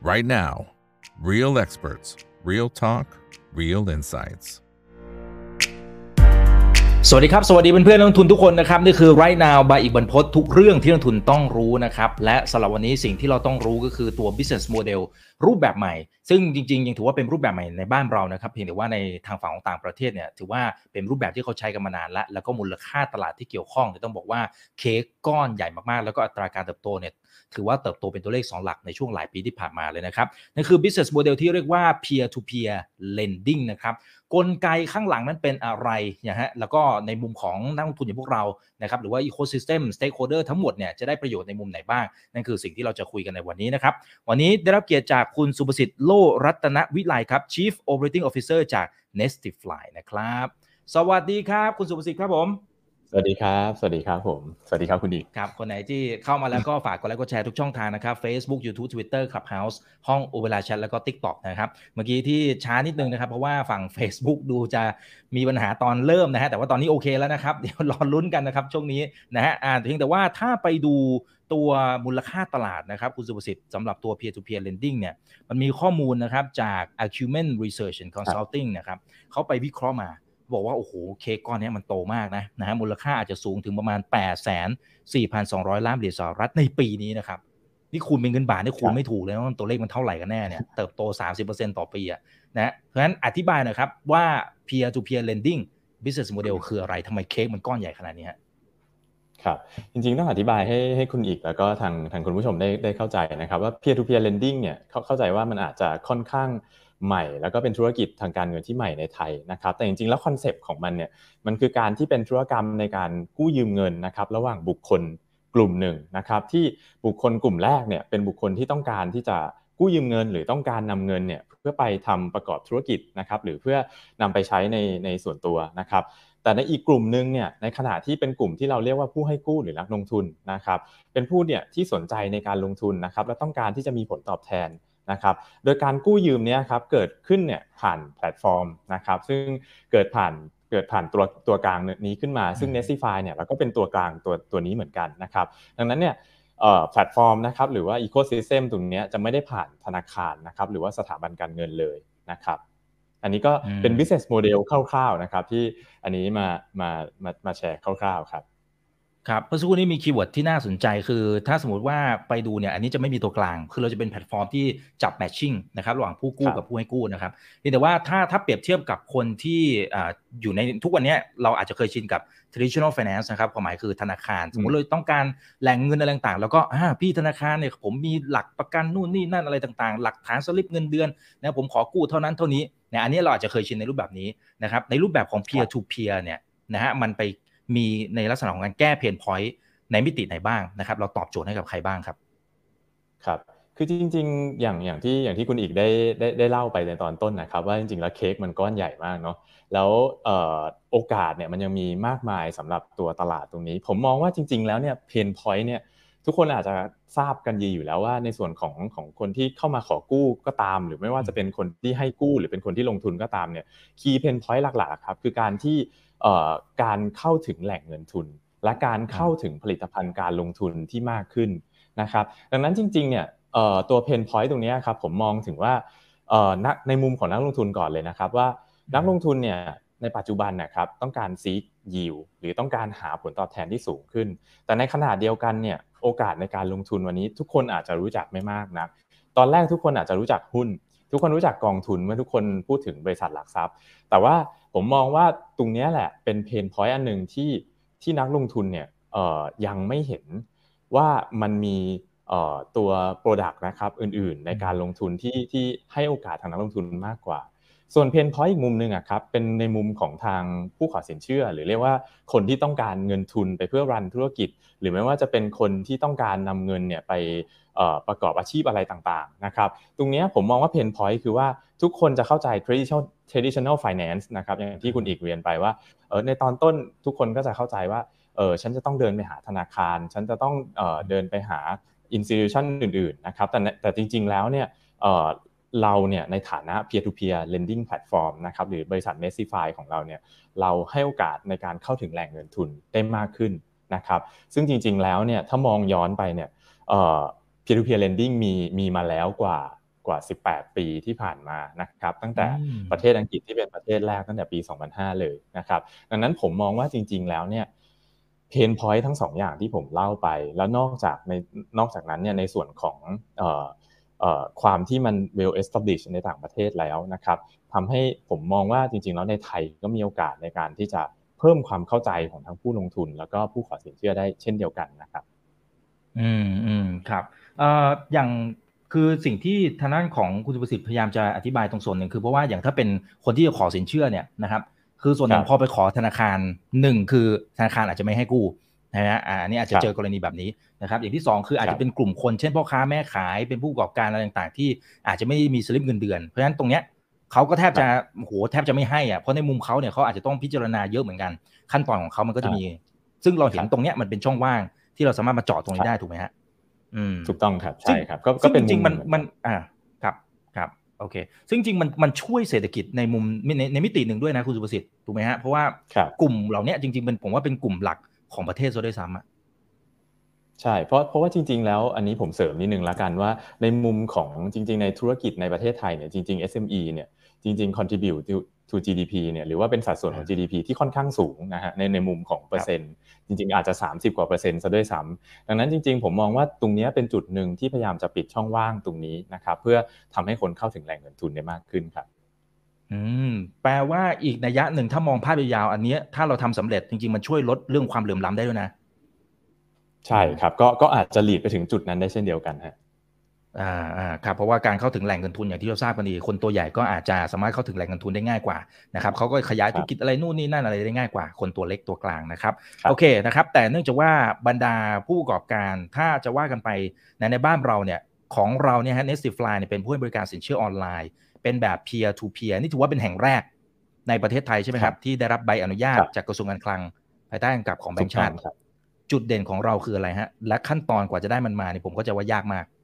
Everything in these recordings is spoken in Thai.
right now. Real experts, real talk, real insights. สวัสดีครับสวัสดีเพื่อนๆนักลงทุนทุกคนนะครับนี่คือ Right Now by อีกบรรพตทุกเรื่องที่นักลงทุนต้องรู้นะครับและสำหรับวันนี้สิ่งที่เราต้องรู้ก็คือตัว business model รูปแบบใหม่ซึ่งจริงๆยังถือว่าเป็นรูปแบบใหม่ในบ้านเรานะครับเพียงแต่ว่าในทางฝั่งของต่างประเทศเนี่ยถือว่าเป็นรูปแบบที่เขาใช้กันมานานแล้วก็มูลค่าตลาดที่เกี่ยวข้องเนี่ยต้องบอกว่าเค้กก้อนใหญ่มากๆแล้วก็อัตราการเติบโตเนี่ยถือว่าเติบโตเป็นตัวเลข2หลักในช่วงหลายปีที่ผ่านมาเลยนะครับนั่นคือ business model ที่เรียกว่า peer to peer lending นะครับกลไกข้างหลังนั้นเป็นอะไรนะฮะแล้วก็ในมุมของนักลงทุนอย่างพวกเรานะครับหรือว่า ecosystem stakeholder ทั้งหมดเนี่ยจะได้ประโยชน์ในมุมไหนบ้างนั่นคือสิ่งที่เราจะคุยกันในวันนี้นะครับวันนี้ได้รับเกียรติจากคุณสุประสิทธิ์โลรัตนวิไลครับ Chief Operating Officer จาก Nestify นะครับสวัสดีครับคุณสุประสิทธิ์ครับผมสวัสดีครับสวัสดีครับผมสวัสดีครับคุณอีกครับคนไหนที่เข้ามาแล้วก็ฝากกดไลค์กดแชร์ทุกช่องทางนะครับ Facebook YouTube Twitter Clubhouse ห้อง Opera Chat แล้วก็ TikTok นะครับเมื่อกี้ที่ช้านิดนึงนะครับเพราะว่าฝั่ง Facebook ดูจะมีปัญหาตอนเริ่มนะฮะแต่ว่าตอนนี้โอเคแล้วนะครับเดี๋ยวรอลุ้นกันนะครับช่วงนี้นะฮะเพียงแต่ว่าถ้าไปดูตัวมูลค่าตลาดนะครับคุณสุประสิทธิ์สำหรับตัว peer to peer lending เนี่ยมันมีข้อมูลนะครับจาก Acumen Research and Consulting นะครับเขาไปวิเคราะห์มาบอกว่าโอ้โหเค้กก้อนนี้มันโตมากนะฮะมูลค่าอาจจะสูงถึงประมาณ 8,4,200 ล้านเหรียญสหรัฐในปีนี้นะครับนี่คูณเป็นเงินบาทนี่คูณไม่ถูกเลยว่าตัวเลขมันเท่าไหร่กันแน่เนี่ยเติบโต 30% ต่อปีนะเพราะฉะนั้นอธิบายหน่อยครับว่า peer to peer lending business model คืออะไรทำไมเค้กมันก้อนใหญ่ขนาดนี้ครับจริงๆต้องอธิบายให้คุณอีกแล้วก็ทางคุณผู้ชมได้เข้าใจนะครับว่า peer to peer lending เนี่ยเข้าใจว่ามันอาจจะค่อนข้างใหม่แล้วก็เป็นธุรกิจทางการเงินที่ใหม่ในไทยนะครับแต่จริงๆแล้วคอนเซปต์ของมันเนี่ยมันคือการที่เป็นธุรกรรมในการกู้ยืมเงินนะครับระหว่างบุคคลกลุ่มหนึ่งนะครับที่บุคคลกลุ่มแรกเนี่ยเป็นบุคคลที่ต้องการที่จะกู้ยืมเงินหรือต้องการนำเงินเนี่ยเพื่อไปทำประกอบธุรกิจนะครับหรือเพื่อนำไปใช้ในส่วนตัวนะครับแต่ในอีกกลุ่มนึงเนี่ยในขณะที่เป็นกลุ่มที่เราเรียกว่าผู้ให้กู้หรือนักลงทุนนะครับเป็นผู้เนี่ยที่สนใจในการลงทุนนะครับและต้องการที่จะมีผลตอบแทนนะครับโดยการกู้ยืมเนี่ยครับเกิดขึ้นเนี่ยผ่านแพลตฟอร์มนะครับซึ่งเกิดผ่านตัวกลางนี้ขึ้นมาซึ่ง Nestify เนี่ยเราก็เป็นตัวกลางตัวนี้เหมือนกันนะครับดังนั้นเนี่ยแพลตฟอร์มนะครับหรือว่า ecosystem ตรงนี้จะไม่ได้ผ่านธนาคารนะครับหรือว่าสถาบันการเงินเลยนะครับอันนี้ก็เป็น business model คร่าวๆนะครับที่อันนี้มาแชร์คร่าวๆครับครับเมื่อสักครู่นี้มีคีย์เวิร์ดที่น่าสนใจคือถ้าสมมติว่าไปดูเนี่ยอันนี้จะไม่มีตัวกลางคือเราจะเป็นแพลตฟอร์มที่จับแมทชิ่งนะครับระหว่างผู้กู้กับผู้ให้กู้นะครับแต่ว่าถ้าเปรียบเทียบกับคนที่อยู่ในทุกวันนี้เราอาจจะเคยชินกับ traditional finance นะครับความหมายคือธนาคารสมมติเราต้องการแหล่งเงินอะไรต่างๆแล้วก็พี่ธนาคารเนี่ยผมมีหลักประกันนู่นนี่นั่นอะไรต่างๆหลักฐานสลิปเงินเดือนนะผมขอกู้เท่านั้นเท่านี้เนี่ยอันนี้เราอาจจะเคยชินในรูปแบบนี้นะครับในรูปแบบของ peer to peer เนี่ยนะฮะมันไปมีในลักษณะของการแก้เพนพอยต์ในมิติไหนบ้างนะครับเราตอบโจทย์ให้กับใครบ้างครับครับคือจริงๆอย่างที่คุณอีกได้เล่าไปในตอนต้นนะครับว่าจริงๆแล้วเค้กมันก้อนใหญ่มากเนาะแล้วโอกาสเนี่ยมันยังมีมากมายสำหรับตัวตลาดตรงนี้ผมมองว่าจริงๆแล้วเนี่ยเพนพอยต์เนี่ยทุกคนอาจจะทราบกันดีอยู่แล้วว่าในส่วนของคนที่เข้ามาขอกู้ก็ตามหรือไม่ว่าจะเป็นคนที่ให้กู้หรือเป็นคนที่ลงทุนก็ตามเนี่ยคีย์เพนพอยต์หลักๆครับคือการที่การเข้าถึงแหล่งเงินทุนและการเข้าถึงผลิตภัณฑ์การลงทุนที่มากขึ้นนะครับดังนั้นจริงๆเนี่ยตัวเพนพอยต์ตรงนี้ครับผมมองถึงว่าในมุมของนักลงทุนก่อนเลยนะครับว่านักลงทุนเนี่ยในปัจจุบันนะครับต้องการซีกยิวหรือต้องการหาผลตอบแทนที่สูงขึ้นแต่ในขณะเดียวกันเนี่ยโอกาสในการลงทุนวันนี้ทุกคนอาจจะรู้จักไม่มากนักตอนแรกทุกคนอาจจะรู้จักหุ้นทุกคนรู้จักกองทุนเมื่อทุกคนพูดถึงบริษัทหลักทรัพย์แต่ว่าผมมองว่าตรงนี้แหละเป็นเพนพอยต์อันนึงที่นักลงทุนเนี่ยยังไม่เห็นว่ามันมีตัว product นะครับอื่นๆในการลงทุนที่ให้โอกาสทางนักลงทุนมากกว่าส่วนเพนพอยต์อีกมุมนึงครับเป็นในมุมของทางผู้ขอสินเชื่อหรือเรียกว่าคนที่ต้องการเงินทุนไปเพื่อรันธุรกิจหรือไม่ว่าจะเป็นคนที่ต้องการนำเงินเนี่ยไปประกอบอาชีพอะไรต่างๆนะครับตรงนี้ผมมองว่าเพนพอยต์คือว่าทุกคนจะเข้าใจ traditional finance นะครับอย่างที่คุณอีกเรียนไปว่าในตอนต้นทุกคนก็จะเข้าใจว่าฉันจะต้องเดินไปหาธนาคารฉันจะต้องเดินไปหา institution อื่นๆนะครับแต่จริงๆแล้วเนี่ยเราเนี่ยในฐานะ peer to peer lending platform นะครับหรือบริษัท Nestify ของเราเนี่ยเราให้โอกาสในการเข้าถึงแหล่งเงินทุนได้มากขึ้นนะครับซึ่งจริงๆแล้วเนี่ยถ้ามองย้อนไปเนี่ยpeer to peer lending มีมาแล้วกว่ากว่า18ปีที่ผ่านมานะครับตั้งแต่ประเทศอังกฤษที่เป็นประเทศแรกตั้งแต่ปี2005เลยนะครับดังนั้นผมมองว่าจริงๆแล้วเนี่ยเพนพอยท์ทั้ง2อย่างที่ผมเล่าไปแล้วนอกจากนั้นเนี่ยในส่วนของความที่มัน well established ในต่างประเทศแล้วนะครับทำให้ผมมองว่าจริงๆแล้วในไทยก็มีโอกาสในการที่จะเพิ่มความเข้าใจของทั้งผู้ลงทุนแล้วก็ผู้ขอสินเชื่อได้เช่นเดียวกันนะครับครับอย่างคือสิ่งที่ทางด้านของคุณสุประสิทธิ์พยายามจะอธิบายตรงส่วนหนึ่งคือเพราะว่าอย่างถ้าเป็นคนที่จะขอสินเชื่อเนี่ยนะครับคือส่วนหนึ่งพอไปขอธนาคาร1คือธนาคารอาจจะไม่ให้กู้นะฮะอันนี้อาจจะเจอกรณีแบบนี้นะครับอย่างที่2คืออาจจะเป็นกลุ่มคนเช่นพ่อค้าแม่ขายเป็นผู้ประกอบการอะไรต่างๆที่อาจจะไม่มีสลิปเงินเดือนเพราะฉะนั้นตรงเนี้ยเขาก็แทบจะไม่ให้อ่ะเพราะในมุมเขาเนี่ยเขาอาจจะต้องพิจารณาเยอะเหมือนกันขั้นตอนของเขามันก็จะมีซึ่งเราเห็นตรงเนี้ยมันเป็นช่องว่างที่เราสามารถมาเจาะตรงนี้ได้ถูกไหมฮะถูกต้องครับใช่ครับก็เป็นจริงๆมันครับโอเคซึ่งจริงมันช่วยเศรษฐกิจในมุมในมิติหนึ่งด้วยนะคุณสุประสิทธิ์ถูกไหมฮะเพราะว่ากลุ่มเหล่านี้จริงๆผมว่าเป็นกลุ่มหลักของประเทศซะด้วยซ้ำอ่ะใช่เพราะว่าจริงๆแล้วอันนี้ผมเสริมนิดนึงละกันว่าในมุมของจริงๆในธุรกิจในประเทศไทยเนี่ยจริงๆ SME เนี่ยจริงๆ contribute to GDP เนี่ยหรือว่าเป็นสัดส่วนของ GDP ที่ค่อนข้างสูงนะฮะในมุมของเปอร์เซ็นต์จริงๆอาจจะ30กว่า%ซะด้วยซ้ำดังนั้นจริงๆผมมองว่าตรงนี้เป็นจุดหนึ่งที่พยายามจะปิดช่องว่างตรงนี้นะครับเพื่อทำให้คนเข้าถึงแหล่งเงินทุนได้มากขึ้นครับแปลว่าอีกนัยยะหนึ่งถ้ามองภาพยาวๆอันนี้ถ้าเราทำสำเร็จจริงๆมันช่วยลดเรื่องความเหลื่อมล้ำได้ด้วยนะใช่ครับก็อาจจะหลีดไปถึงจุดนั้นได้เช่นเดียวกันฮะครับเพราะว่าการเข้าถึงแหล่งเงินทุนอย่างที่เราทราบกันดีคนตัวใหญ่ก็อาจจะสามารถเข้าถึงแหล่งเงินทุนได้ง่ายกว่านะครับเขาก็ขยายธุรกิจอะไรนู่นนี่นั่นอะไรได้ง่ายกว่าคนตัวเล็กตัวกลางนะครับโอเคนะครับแต่เนื่องจากว่าบรรดาผู้ประกอบการถ้าจะว่ากันไปในบ้านเราเนี่ยของเราเนี่ยฮะ Nestify เนี่ยเป็นผู้ให้บริการสินเชื่อออนไลน์เป็นแบบ peer to peer นี่ถือว่าเป็นแห่งแรกในประเทศไทยใช่ไหมครับที่ได้รับใบอนุญาตจากกระทรวงการคลังภายใต้การกำกับของแบงก์ชาติจุดเด่นของเราคืออะไรฮะและขั้นตอนกว่าจะได้มันมาเนี่ยผมก็จะว่ายากมาก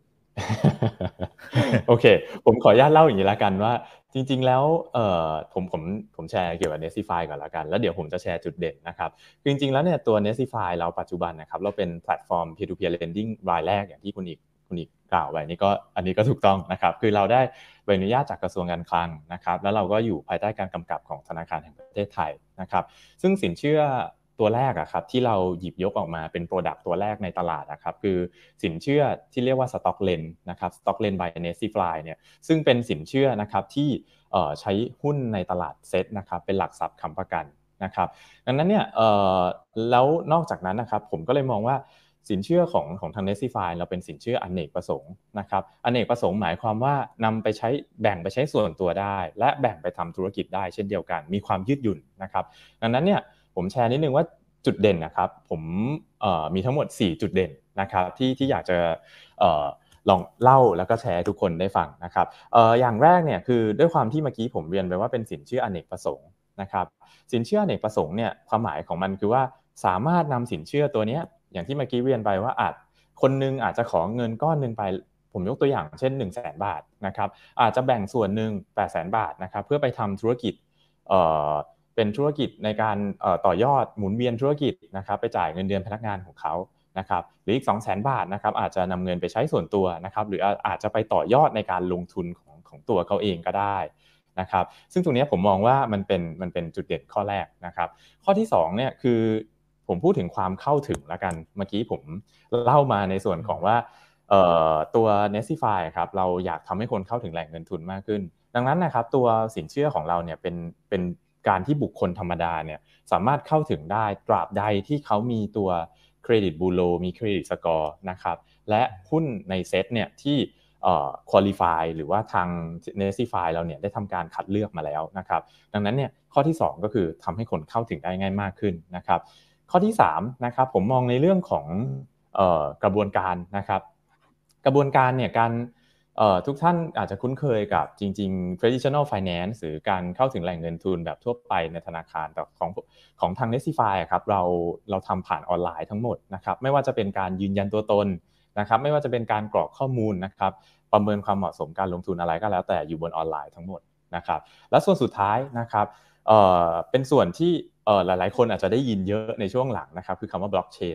โอเคผมขออนุญาตเล่าอย่างนี้ละกันว่าจริงๆแล้วผมแชร์เกี่ยวกับ Nestify ก่อนละกันแล้วเดี๋ยวผมจะแชร์จุดเด่นนะครับคือจริงๆแล้วเนี่ยตัว Nestify เราปัจจุบันนะครับเราเป็นแพลตฟอร์ม peer to peer lending รายแรกอย่างที่คุณอีกกล่าวไว้อันนี้ก็ถูกต้องนะครับคือเราได้ใบอนุญาตจากกระทรวงการคลังนะครับแล้วเราก็อยู่ภายใต้การกำกับของธนาคารแห่งประเทศไทยนะครับซึ่งสินเชื่อตัวแรกครับที่เราหยิบยกออกมาเป็น Product ตัวแรกในตลาดนะครับคือสินเชื่อที่เรียกว่า Stock Lend นะครับ Stock Lend by Nestify เนี่ยซึ่งเป็นสินเชื่อนะครับที่ใช้หุ้นในตลาดเซ็ตนะครับเป็นหลักทรัพย์ค้ำประกันนะครับดังนั้นเนี่ยแล้วนอกจากนั้นนะครับผมก็เลยมองว่าสินเชื่อของทาง Nestify เราเป็นสินเชื่ออเนกประสงค์นะครับอเนกประสงค์หมายความว่านำไปใช้แบ่งไปใช้ส่วนตัวได้และแบ่งไปทำธุรกิจได้เช่นเดียวกันมีความยืดหยุ่นนะครับดังนั้นเนี่ยผมแชร์นิดนึงว่าจุดเด่นนะครับผมมีทั้งหมด4จุดเด่นนะครับที่อยากจะลองเล่าแล้วก็แชร์ให้ทุกคนได้ฟังนะครับอย่างแรกเนี่ยคือด้วยความที่เมื่อกี้ผมเรียนไปว่าเป็นสินเชื่ออเนกประสงค์นะครับสินเชื่ออเนกประสงค์เนี่ยความหมายของมันคือว่าสามารถนำสินเชื่อตัวนี้อย่างที่เมื่อกี้เรียนไปว่าคนนึงอาจจะขอเงินก้อนนึงไปผมยกตัวอย่างเช่น 100,000 บาทนะครับอาจจะแบ่งส่วนหนึ่ง 800,000 บาทนะครับเพื่อไปทำธุรกิจเป็นธุรกิจในการต่อยอดหมุนเวียนธุรกิจนะครับไปจ่ายเงินเดือนพนักงานของเขานะครับหรืออีก 200,000 บาทนะครับอาจจะนำเงินไปใช้ส่วนตัวนะครับหรืออาจจะไปต่อยอดในการลงทุนของตัวเขาเองก็ได้นะครับซึ่งตรงนี้ผมมองว่ามันเป็นจุดเด่นข้อแรกนะครับข้อที่2เนี่ยคือผมพูดถึงความเข้าถึงละกันเมื่อกี้ผมเล่ามาในส่วนของว่าตัว Nestify ครับเราอยากทำให้คนเข้าถึงแหล่งเงินทุนมากขึ้นดังนั้นนะครับตัวสินเชื่อของเราเนี่ยเป็นการที่บุคคลธรรมดาเนี่ยสามารถเข้าถึงได้ตราบใดที่เขามีตัวเครดิตบูโรมีเครดิตสกอร์นะครับและหุ้นในเซ็ตเนี่ยที่qualify หรือว่าทาง Nestify เราเนี่ยได้ทำการคัดเลือกมาแล้วนะครับดังนั้นเนี่ยข้อที่2ก็คือทำให้คนเข้าถึงได้ง่ายมากขึ้นนะครับข้อที่3นะครับผมมองในเรื่องของกระบวนการนะครับกระบวนการเนี่ยการทุกท่านอาจจะคุ้นเคยกับจริงๆ traditional finance หรือการเข้าถึงแหล่งเงินทุนแบบทั่วไปในธนาคารแต่ของทาง Nestify ครับเราทำผ่านออนไลน์ทั้งหมดนะครับไม่ว่าจะเป็นการยืนยันตัวตนนะครับไม่ว่าจะเป็นการกรอกข้อมูลนะครับประเมินความเหมาะสมการลงทุนอะไรก็แล้วแต่อยู่บนออนไลน์ทั้งหมดนะครับและส่วนสุดท้ายนะครับเป็นส่วนที่หลายๆคนอาจจะได้ยินเยอะในช่วงหลังนะครับคือคำว่าบล็อกเชน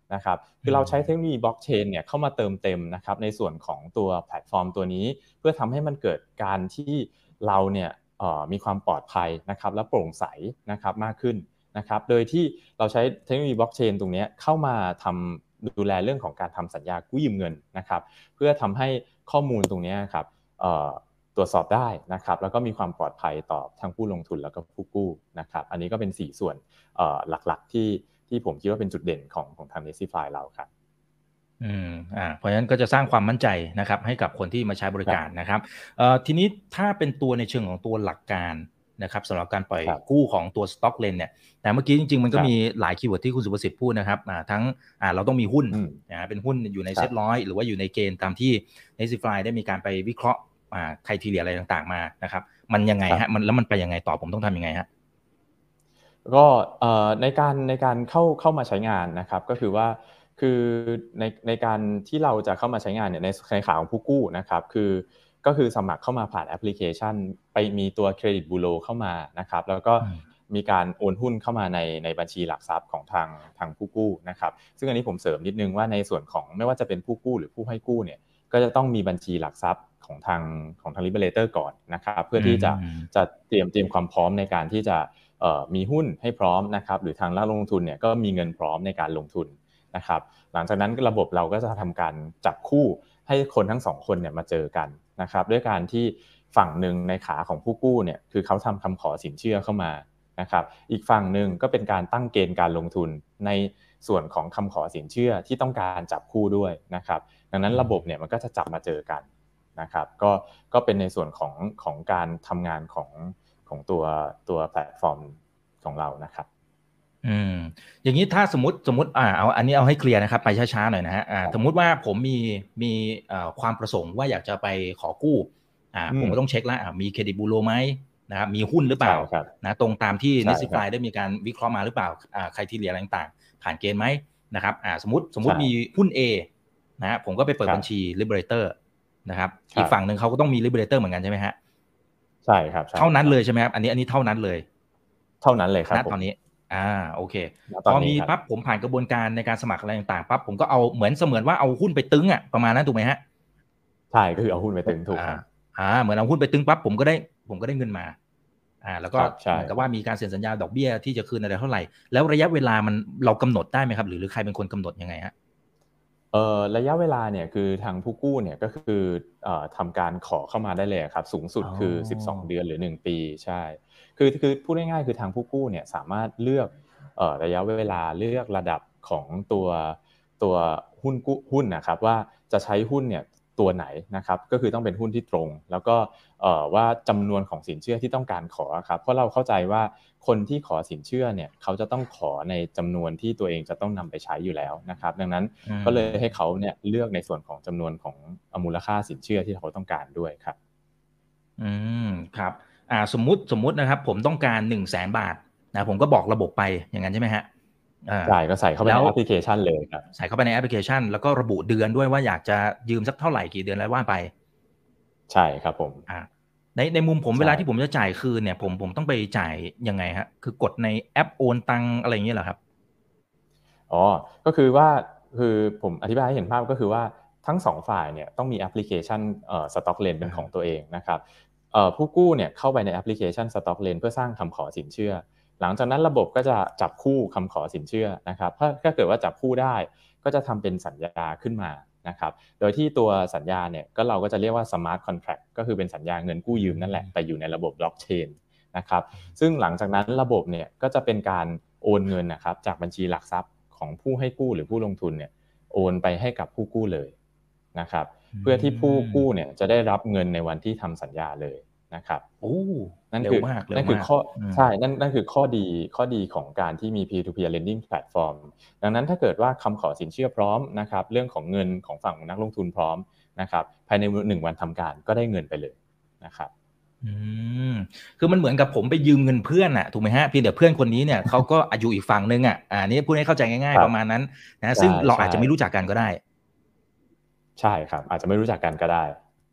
นะครับคือเราใช้เทคโนโลยีบล็อกเชนเนี่ยเข้ามาเติมเต็มนะครับในส่วนของตัวแพลตฟอร์มตัวนี้เพื่อทำให้มันเกิดการที่เราเนี่ยมีความปลอดภัยนะครับและโปร่งใสนะครับมากขึ้นนะครับโดยที่เราใช้เทคโนโลยีบล็อกเชนตรงนี้เข้ามาทำดูแลเรื่องของการทำสัญญากู้ยืมเงินนะครับเพื่อทำให้ข้อมูลตรงนี้ครับตรวจสอบได้นะครับแล้วก็มีความปลอดภัยต่อทั้งผู้ลงทุนแล้วก็ผู้กู้นะครับอันนี้ก็เป็น4ส่วนหลักๆที่ผมคิดว่าเป็นจุดเด่นของทาง Nexify เราครับเพราะฉะนั้นก็จะสร้างความมั่นใจนะครับให้กับคนที่มาใช้บริการนะครับทีนี้ถ้าเป็นตัวในเชิงของตัวหลักการนะครับสำหรับการปล่อยกู้ของตัว Stock Lend เนี่ยแต่เมื่อกี้จริงๆมันก็มีหลายคีย์เวิร์ดที่คุณสุภสิทธิ์พูดนะครับทั้งเราต้องมีหุ้นเป็นหุ้นอยู่ในเซ็ต100หรือว่าอยู่ในเกณฑ์ตามที่ Nexify ได้มีการไปวิเคราะห์ไครทีเรียอะไรต่างๆมานะครับมันยังไงฮะแล้วมันไปยังไงต่อผมต้องทำยังไงฮะก็ในการเข้ามาใช้งานนะครับก็คือว่าคือในการที่เราจะเข้ามาใช้งานเนี่ยในขาของผู้กู้นะครับก็คือสมัครเข้ามาผ่านแอปพลิเคชันไปมีตัวเครดิตบูโรเข้ามานะครับแล้วก็มีการโอนหุ้นเข้ามาในบัญชีหลักทรัพย์ของทางผู้กู้นะครับซึ่งอันนี้ผมเสริมนิดนึงว่าในส่วนของไม่ว่าจะเป็นผู้กู้หรือผู้ให้กู้เนี่ยก็จะต้องมีบัญชีหลักทรัพย์ของทาง Liberator ก่อนนะครับเพื่อที่จะเตรียมความพร้อมในการที่จะมีหุ้นให้พร้อมนะครับหรือทางนักลงทุนเนี่ยก็มีเงินพร้อมในการลงทุนนะครับหลังจากนั้นระบบเราก็จะทำการจับคู่ให้คนทั้งสองคนเนี่ยมาเจอกันนะครับด้วยการที่ฝั่งหนึ่งในขาของผู้กู้เนี่ยคือเขาทำคำขอสินเชื่อเข้ามานะครับอีกฝั่งหนึ่งก็เป็นการตั้งเกณฑ์การลงทุนในส่วนของคำขอสินเชื่อที่ต้องการจับคู่ด้วยนะครับดังนั้นระบบเนี่ยมันก็จะจับมาเจอกันนะครับก็เป็นในส่วนของการทำงานของตัวแพลตฟอร์มของเรานะครับอย่างนี้ถ้าสมมติเอาอันนี้เอาให้เคลียร์นะครับไปช้าๆหน่อยนะฮะสมมุติว่าผมมีความประสงค์ว่าอยากจะไปขอกู้ผมก็ต้องเช็คแล้วมีเครดิตบูโรไหมนะครับมีหุ้นหรือเปล่านะตรงตามที่ Nexify ได้มีการวิเคราะห์มาหรือเปล่าใครที่เหลืออะไรต่างๆผ่านเกณฑ์ไหมนะครับสมมติมีหุ้น A นะผมก็ไปเปิดบัญชี Liberator นะครับอีกฝั่งหนึ่งเขาก็ต้องมี Liberator เหมือนกันใช่ไหมฮะใช่ครับเท่านั้นเลยใช่ไหมครับอันนี้เท่านั้นเลยครับณตอนนี้โอเคพอมีปั๊บผมผ่านกระบวนการในการสมัครอะไรต่างๆปั๊บผมก็เอาเหมือนว่าเอาหุ้นไปตึ้งประมาณนั้นถูกไหมฮะใช่ก็คือเอาหุ้นไปตึ้งถูกเหมือนเอาหุ้นไปตึ้งปั๊บผมก็ได้เงินมาแล้วก็เหมือนกับว่ามีการเซ็นสัญญาดอกเบี้ยที่จะคืนอะไรเท่าไหร่แล้วระยะเวลามันเรากำหนดได้ไหมครับหรือใครเป็นคนกำหนดยังไงฮะระยะเวลาเนี่ยคือทางผู้กู้เนี่ยก็คือทำการขอเข้ามาได้เลยครับสูงสุดคือ12เดือนหรือ1ปีใช่คือพูดง่ายๆคือทางผู้กู้เนี่ยสามารถเลือกระยะเวลาเลือกระดับของตัวหุ้นนะครับว่าจะใช้หุ้นเนี่ยตัวไหนนะครับก็คือต้องเป็นหุ้นที่ตรงแล้วก็ว่าจำนวนของสินเชื่อที่ต้องการขอครับเพราะเราเข้าใจว่าคนที่ขอสินเชื่อเนี่ยเขาจะต้องขอในจำนวนที่ตัวเองจะต้องนำไปใช้อยู่แล้วนะครับดังนั้นก็เลยให้เขาเนี่ยเลือกในส่วนของจำนวนของมูลค่าสินเชื่อที่เขาต้องการด้วยครับครับสมมุตินะครับผมต้องการ 100,000 บาทนะผมก็บอกระบบไปอย่างนั้นใช่ไหมฮะใช่ก็ใส่เข้าไปในแอปพลิเคชันเลยครับใส่เข้าไปในแอปพลิเคชันแล้วก็ระบุเดือนด้วยว่าอยากจะยืมสักเท่าไหร่กี่เดือนแล้วว่าไปใช่ครับผมในมุมผมเวลาที่ผมจะจ่ายคืนเนี่ยผมต้องไปจ่ายยังไงฮะคือกดในแอปโอนตังอะไรอย่างเงี้ยเหรอครับก็คือว่าคือผมอธิบายให้เห็นภาพก็คือว่าทั้ง2ฝ่ายเนี่ยต้องมีแอปพลิเคชันStock Lend เป็นของตัวเองนะครับผู้กู้เนี่ยเข้าไปในแอปพลิเคชัน Stock Lend เพื่อสร้างคำขอสินเชื่อหลังจากนั้นระบบก็จะจับคู่คำขอสินเชื่อนะครับถ้าเกิดว่าจับคู่ได้ก็จะทำเป็นสัญญาขึ้นมานะครับโดยที่ตัวสัญญาเนี่ยเราก็จะเรียกว่า Smart Contract ก็คือเป็นสัญญาเงินกู้ยืมนั่นแหละแต่อยู่ในระบบบล็อกเชนนะครับซึ่งหลังจากนั้นระบบเนี่ยก็จะเป็นการโอนเงินนะครับจากบัญชีหลักทรัพย์ของผู้ให้กู้หรือผู้ลงทุนเนี่ยโอนไปให้กับผู้กู้เลยนะครับเพื่อที่ผู้กู้เนี่ยจะได้รับเงินในวันที่ทำสัญญาเลยนะครับนั่นคือข้อใช่นั่นคือข้อดีของการที่มี peer-to-peer lending platform ดังนั้นถ้าเกิดว่าคำขอสินเชื่อพร้อมนะครับเรื่องของเงินของฝั่งนักลงทุนพร้อมนะครับภายใน1วันทำการก็ได้เงินไปเลยนะครับคือมันเหมือนกับผมไปยืมเงินเพื่อนถูกไหมฮะเพียงแต่เพื่อนคนนี้เนี่ยเขาก็อยู่อีกฝั่งนึงนี่พูดให้เข้าใจง่ายๆประมาณนั้นนะซึ่งเราอาจจะไม่รู้จักกันก็ได้ใช่ครับอาจจะไม่รู้จักกันก็ได้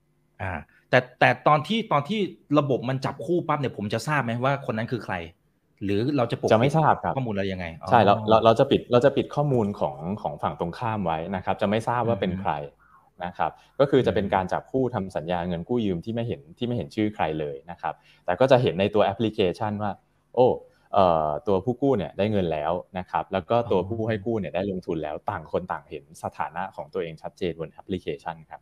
แต่ตอนที่ระบบมันจับคู่ปั๊บเนี่ยผมจะทราบไหมว่าคนนั้นคือใครหรือเราจะปกจะปิไม่ดทราบครับข้อมูลอะไรยังไงใช่เราจะปิดข้อมูลของฝั่งตรงข้ามไว้นะครับจะไม่ทราบว่าเป็นใครนะครับก็คือจะเป็นการจับคู่ทำสัญญาเงินกู้ยืมที่ไม่เห็นชื่อใครเลยนะครับแต่ก็จะเห็นในตัวแอปพลิเคชันว่าโอ้ตัวผู้กู้เนี่ยได้เงินแล้วนะครับแล้วก็ตัวผู้ให้กู้เนี่ยได้ลงทุนแล้วต่างคนต่างเห็นสถานะของตัวเองชัดเจนบนแอปพลิเคชันครับ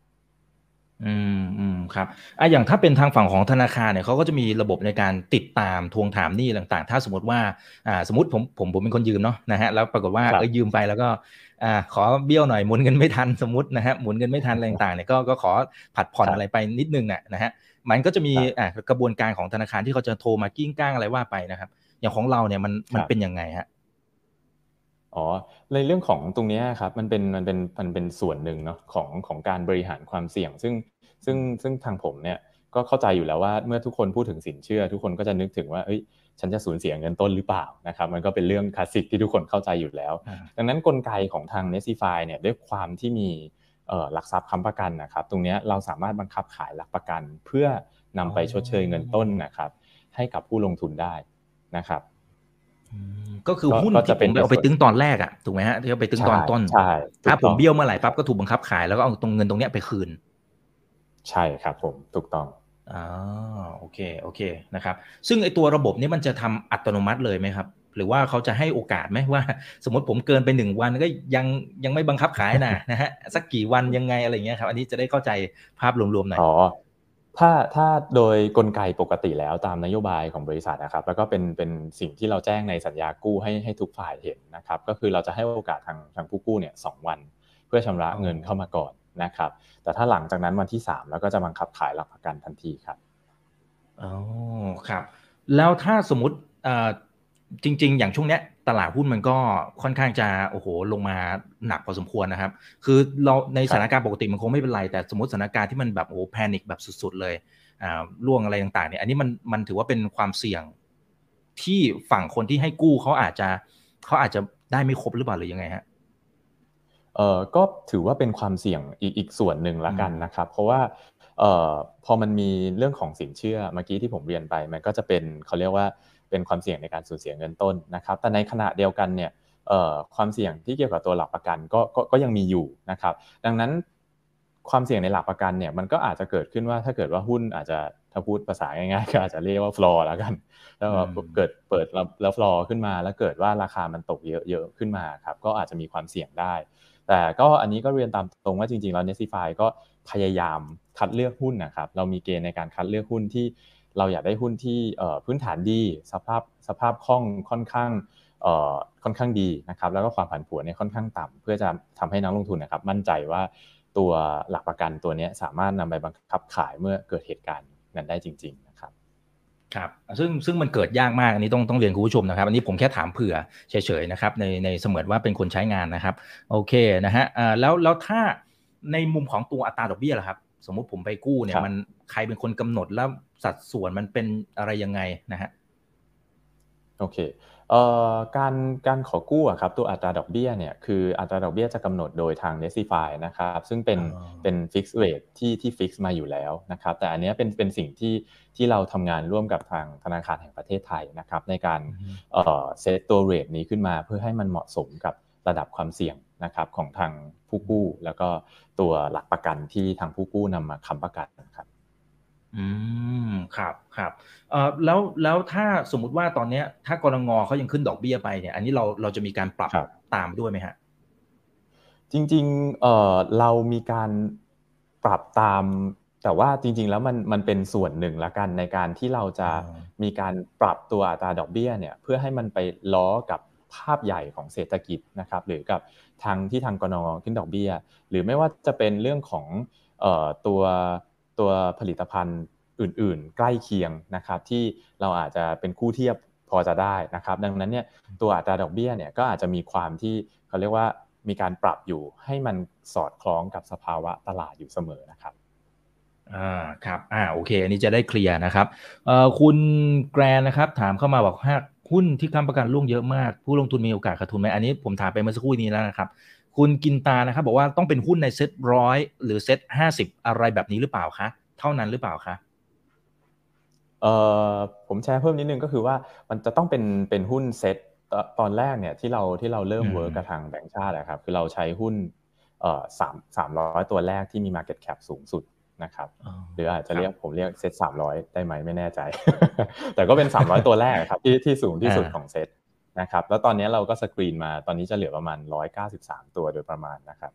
ครับอย่างถ้าเป็นทางฝั่งของธนาคารเนี่ยเขาก็จะมีระบบในการติดตามทวงถามหนี้ต่างๆถ้าสมมติว่าสมมติผมเป็นคนยืมเนาะนะฮะแล้วปรากฏว่ายืมไปแล้วก็ขอเบี้ยวหน่อยหมุนเงินไม่ทันสมมตินะฮะหมุนเงินไม่ทันอะไรต่างๆเนี่ยก็ขอผัดผ่อนอะไรไปนิดนึงนะฮะมันก็จะมีกระบวนการของธนาคารที่เขาจะโทรมากิ้งก้างอะไรว่าไปนะครับอย่างของเราเนี่ยมันเป็นยังไงฮะในเรื่องของตรงนี้ครับมันเป็นส่วนหนึ่งเนาะของการบริหารความเสี่ยงซึ่งทางผมเนี่ยก็เข้าใจอยู่แล้วว่าเมื่อทุกคนพูดถึงสินเชื่อทุกคนก็จะนึกถึงว่าเอ้ยฉันจะสูญเสียเงินต้นหรือเปล่านะครับมันก็เป็นเรื่องคลาสสิกที่ทุกคนเข้าใจอยู่แล้วดังนั้นกลไกของทาง Nestify เนี่ยด้วยความที่มีหลักทรัพย์ค้ำประกันนะครับตรงนี้เราสามารถบังคับขายหลักประกันเพื่อนำไปชดเชยเงินต้นนะครับให้กับผู้ลงทุนได้นะครับก็คือหุ้นที่ผมเอาไปตึงตอนแรกอ่ะถูกไหมฮะที่เอาไปตึงตอนต้นใช่ถ้าผมเบี้ยวเมื่อไหร่ปั๊บก็ถูกบังคับขายแล้วก็เอาตรงเงินตรงเนี้ยไปคืนใช่ครับผมถูกต้องโอเคนะครับซึ่งไอตัวระบบนี้มันจะทำอัตโนมัติเลยไหมครับหรือว่าเขาจะให้โอกาสไหมว่าสมมติผมเกินไป1วันก็ยังไม่บังคับขายนะฮะสักกี่วันยังไงอะไรเงี้ยครับอันนี้จะได้เข้าใจภาพรวมๆหน่อยถ้าโดยกลไกปกติแล้วตามนโยบายของบริษัทนะครับแล้วก็เป็นสิ่งที่เราแจ้งในสัญญากู้ให้ทุกฝ่ายเห็นนะครับก็คือเราจะให้โอกาสทางผู้กู้เนี่ย2 วันเพื่อชำระเงินเข้ามาก่อนนะครับแต่ถ้าหลังจากนั้นวันที่3แล้วก็จะบังคับขายหลักประกันทันทีครับครับแล้วถ้าสมมติจริงๆอย่างช่วงเนี้ยตลาดหุ้นมันก็ค่อนข้างจะโอ้โหลงมาหนักพอสมควรนะครับคือเราในสถานการณ์ปกติมันคงไม่เป็นไรแต่สมมติสถานการณ์ที่มันแบบโอ้แพนิคแบบสุดๆเลยร่วงอะไรต่างๆเนี่ยอันนี้มันถือว่าเป็นความเสี่ยงที่ฝั่งคนที่ให้กู้เขาอาจจะได้ไม่ครบหรือเปล่าหรือยังไงฮะก็ถือว่าเป็นความเสี่ยงอีกส่วนหนึ่งละกันนะครับเพราะว่าพอมันมีเรื่องของสินเชื่อเมื่อกี้ที่ผมเรียนไปมันก็จะเป็นเขาเรียกว่าเป็นความเสี่ยงในการสูญเสียเงินต้นนะครับแต่ในขณะเดียวกันเนี่ยความเสี่ยงที่เกี่ยวกับตัวหลักประกันก็ยังมีอยู่นะครับดังนั้นความเสี่ยงในหลักประกันเนี่ยมันก็อาจจะเกิดขึ้นว่าถ้าเกิดว่าหุ้นอาจจะถ้าพูดภาษาง่ายๆก็อาจจะเรียกว่าฟลอร์แล้วกันแล้วเกิดเปิดแล้วฟลอร์ขึ้นมาแล้วเกิดว่าราคามันตกเยอะๆขึ้นมาครับก็อาจจะมีความเสี่ยงได้แต่ก็อันนี้ก็เรียนตามตรงว่าจริงๆแล้ว Nestify ก็พยายามคัดเลือกหุ้นนะครับเรามีเกณฑ์ในการคัดเลือกหุ้นที่เราอยากได้หุ้นที่พื้นฐานดีสภาพคล่องค่อนข้างดีนะครับแล้วก็ความผันผวนเนี่ยค่อนข้างต่ำเพื่อจะทำให้นักลงทุนนะครับมั่นใจว่าตัวหลักประกันตัวนี้สามารถนำไปบังคับขายเมื่อเกิดเหตุการณ์นั้นได้จริงๆนะครับครับซึ่งมันเกิดยากมากอันนี้ต้องเรียนคุณผู้ชมนะครับอันนี้ผมแค่ถามเผื่อเฉยๆนะครับในเสมือนว่าเป็นคนใช้งานนะครับโอเคนะฮะแล้วถ้าในมุมของตัวอัตราดอกเบี้ยล่ะครับสมมุติผมไปกู้เนี่ยมันใครเป็นคนกำหนดแล้วสัดส่วนมันเป็นอะไรยังไงนะฮะโอเคการขอกู้อะครับตัวอัตราดอกเบี้ยเนี่ยคืออัตราดอกเบี้ยจะกำหนดโดยทาง Nestify นะครับซึ่งเป็น fixed rate ที่ fix มาอยู่แล้วนะครับแต่อันนี้เป็นสิ่งที่เราทำงานร่วมกับทางธนาคารแห่งประเทศไทยนะครับในการเซตตัว rate นี้ขึ้นมาเพื่อให้มันเหมาะสมกับระดับความเสี่ยงนะครับของทางผู้กู้แล้วก็ตัวหลักประกันที่ทางผู้กู้นำมาค้ำประกันครับครับแล้วถ้าสมมุติว่าตอนนี้ถ้ากรงงเขายังขึ้นดอกเบี้ยไปเนี่ยอันนี้เราจะมีการปรับตามด้วยไหมฮะจริงๆเรามีการปรับตามแต่ว่าจริงๆแล้วมันเป็นส่วนหนึ่งละกันในการที่เราจะมีการปรับตัวอัตราดอกเบี้ยเนี่ยเพื่อให้มันไปล้อกับภาพใหญ่ของเศรษฐกิจนะครับหรือกับทางกนงขึ้นดอกเบี้ยหรือไม่ว่าจะเป็นเรื่องของตัวผลิตภัณฑ์อื่นๆใกล้เคียงนะครับที่เราอาจจะเป็นคู่เทียบพอจะได้นะครับดังนั้นเนี่ยตัวอัตราดอกเบี้ยเนี่ยก็อาจจะมีความที่เขาเรียกว่ามีการปรับอยู่ให้มันสอดคล้องกับสภาวะตลาดอยู่เสมอนะครับครับโอเคอันนี้จะได้เคลียร์นะครับคุณแกรนนะครับถามเข้ามาบอกว่าหุ้นที่ค้ำประกันร่วงเยอะมากผู้ลงทุนมีโอกาสขาดทุนไหมอันนี้ผมถามไปเมื่อสักครู่นี้แล้วนะครับคุณกินตานะครับบอกว่าต้องเป็นหุ้นในเซ็ต100หรือเซ็ต50อะไรแบบนี้หรือเปล่าคะเท่านั้นหรือเปล่าคะเอ่ผมแชร์เพิ่มนิดนึงก็คือว่ามันจะต้องเป็นหุ้นเซ็ตตอนแรกเนี่ยที่เราเริ่มเวิร์กกับทางแบงก์ชาติครับคือเราใช้หุ้น300ตัวแรกที่มี Market Cap สูงสุดนะครับหรืออาจจะผมเรียกเซ็ต300ได้ไหมไม่แน่ใจ แต่ก็เป็น300ตัวแรกครับที่สูงที่สุดของเซ็ตนะครับแล้วตอนนี้เราก็สกรีนมาตอนนี้จะเหลือประมาณ193ตัวโดยประมาณนะครับ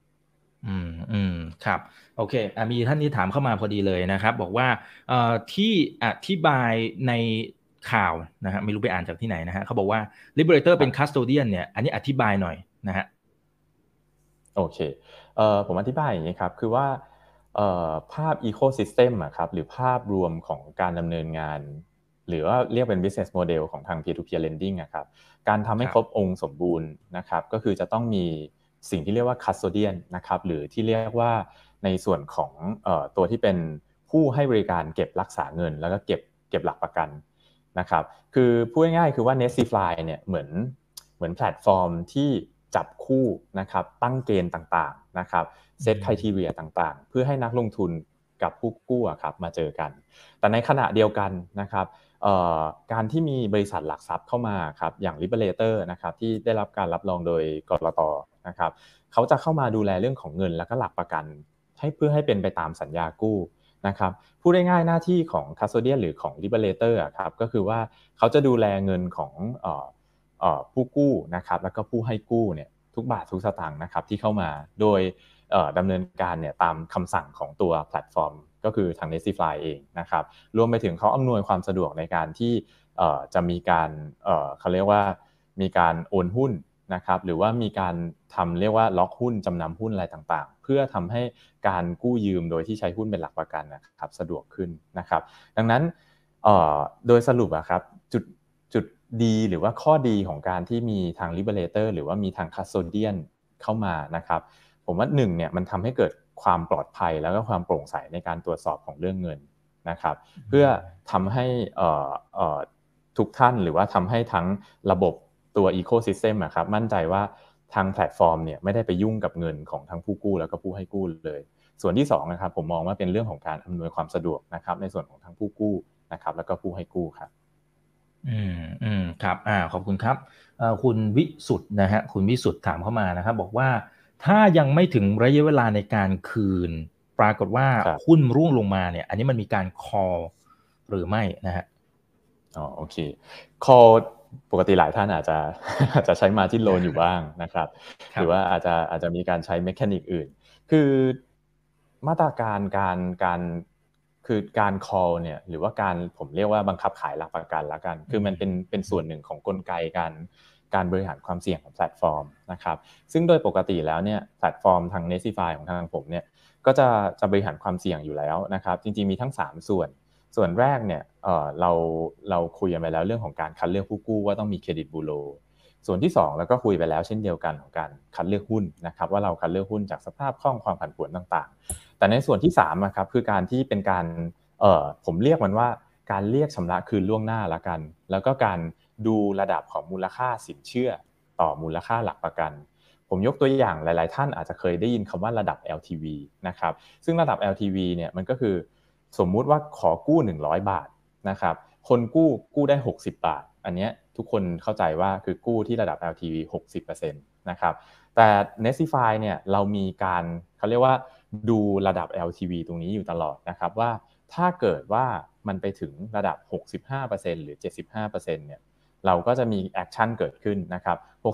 ครับโอเคมีท่านนี้ถามเข้ามาพอดีเลยนะครับบอกว่าที่อธิบายในข่าวนะฮะไม่รู้ไปอ่านจากที่ไหนนะฮะเขาบอกว่า Liberator เป็น Custodian เนี่ยอันนี้อธิบายหน่อยนะฮะโอเคผมอธิบายอย่างนี้ครับคือว่าภาพ Ecosystem ครับหรือภาพรวมของการดำเนินงานหรือว่าเรียกเป็น business model ของทาง peer-to-peer lending ครับการทำให้ครบองค์สมบูรณ์นะครับก็คือจะต้องมีสิ่งที่เรียกว่า custodian นะครับหรือที่เรียกว่าในส่วนของตัวที่เป็นผู้ให้บริการเก็บรักษาเงินแล้วก็เก็บหลักประกันนะครับคือพูดง่ายๆคือว่า Nexify เนี่ยเหมือนแพลตฟอร์มที่จับคู่นะครับตั้งเกณฑ์ต่างๆนะครับเซตไครทีเรียต่างๆเพื่อให้นักลงทุนกับผู้กู้ครับมาเจอกันแต่ในขณะเดียวกันนะครับการที่มีบริษัทหลักทรัพย์เข้ามาครับอย่าง Liberator นะครับที่ได้รับการรับรองโดยกลต.นะครับเขาจะเข้ามาดูแลเรื่องของเงินและก็หลักประกันเพื่อให้เป็นไปตามสัญญากู้นะครับพูดง่ายๆหน้าที่ของ Custodian หรือของ Liberator ครับก็คือว่าเขาจะดูแลเงินของผู้กู้นะครับแล้วก็ผู้ให้กู้เนี่ยทุกบาททุกสตางค์นะครับที่เข้ามาโดยดำเนินการเนี่ยตามคำสั่งของตัวแพลตฟอร์มก็คือทาง Nexify เองนะครับรวมไปถึงเขาอำนวยความสะดวกในการที่จะมีการเขาเรียกว่ามีการโอนหุ้นนะครับหรือว่ามีการทำเรียกว่าล็อกหุ้นจำนำหุ้นอะไรต่างๆเพื่อทำให้การกู้ยืมโดยที่ใช้หุ้นเป็นหลักประกันนะครับสะดวกขึ้นนะครับดังนั้นโดยสรุปครับจุดดีหรือว่าข้อดีของการที่มีทาง Liberator หรือว่ามีทาง Custodian เข้ามานะครับผมว่า1เนี่ยมันทำให้เกิดความปลอดภัยแล้วก็ความโปร่งใสในการตรวจสอบของเรื่องเงินนะครับเพื่อทำให้ทุกท่านหรือว่าทำให้ทั้งระบบตัว Ecosystem ครับมั่นใจว่าทางแพลตฟอร์มเนี่ยไม่ได้ไปยุ่งกับเงินของทั้งผู้กู้แล้วก็ผู้ให้กู้เลยส่วนที่2นะครับผมมองว่าเป็นเรื่องของการอำนวยความสะดวกนะครับในส่วนของทั้งผู้กู้นะครับแล้วก็ผู้ให้กู้ครับครับขอบคุณครับคุณวิสุทธ์นะฮะคุณวิสุทธ์ถามเข้ามานะครับบอกว่าถ้ายังไม่ถึงระยะเวลาในการคืนปรากฏว่าหุ้นร่วงลงมาเนี่ยอันนี้มันมีการ call หรือไม่นะฮะโอเค call ปกติหลายท่านอาจจะใช้ margin loan อยู่บ้างนะครับหรือว่าอาจจะมีการใช้ mechanic อื่นคือมาตรการการคือการ call เนี่ยหรือว่าผมเรียกว่าบังคับขายหลักประกันละกันคือมันเป็นส่วนหนึ่งของกลไกการบริหารความเสี่ยงของแพลตฟอร์มนะครับซึ่งโดยปกติแล้วเนี่ยแพลตฟอร์มทาง Nexify ของทางผมเนี่ยก็จะบริหารความเสี่ยงอยู่แล้วนะครับจริงๆมีทั้ง3ส่วนแรกเนี่ยเราคุยกันไปแล้วเรื่องของการคัดเลือกผู้กู้ว่าต้องมีเครดิตบูโรส่วนที่2แล้วก็คุยไปแล้วเช่นเดียวกันของการคัดเลือกหุ้นนะครับว่าเราคัดเลือกหุ้นจากสภาพคล่องความผันผวนต่างๆแต่ในส่วนที่3นะครับคือการที่เป็นการผมเรียกมันว่าการเรียกชำระคืนล่วงหน้าละกันแล้วก็การดูระดับของมูลค่าสินเชื่อต่อมูลค่าหลักประกันผมยกตัวอย่างหลายๆท่านอาจจะเคยได้ยินคำว่าระดับ LTV นะครับซึ่งระดับ LTV เนี่ยมันก็คือสมมุติว่าขอกู้100 บาทนะครับคนกู้ได้60 บาทอันนี้ทุกคนเข้าใจว่าคือกู้ที่ระดับ LTV 60% นะครับแต่ Nexify เนี่ยเรามีการเขาเรียกว่าดูระดับ LTV ตรงนี้อยู่ตลอดนะครับว่าถ้าเกิดว่ามันไปถึงระดับ 65% หรือ 75% เนี่ยเราก็จะมีแอคชั่นเกิดขึ้นนะครับ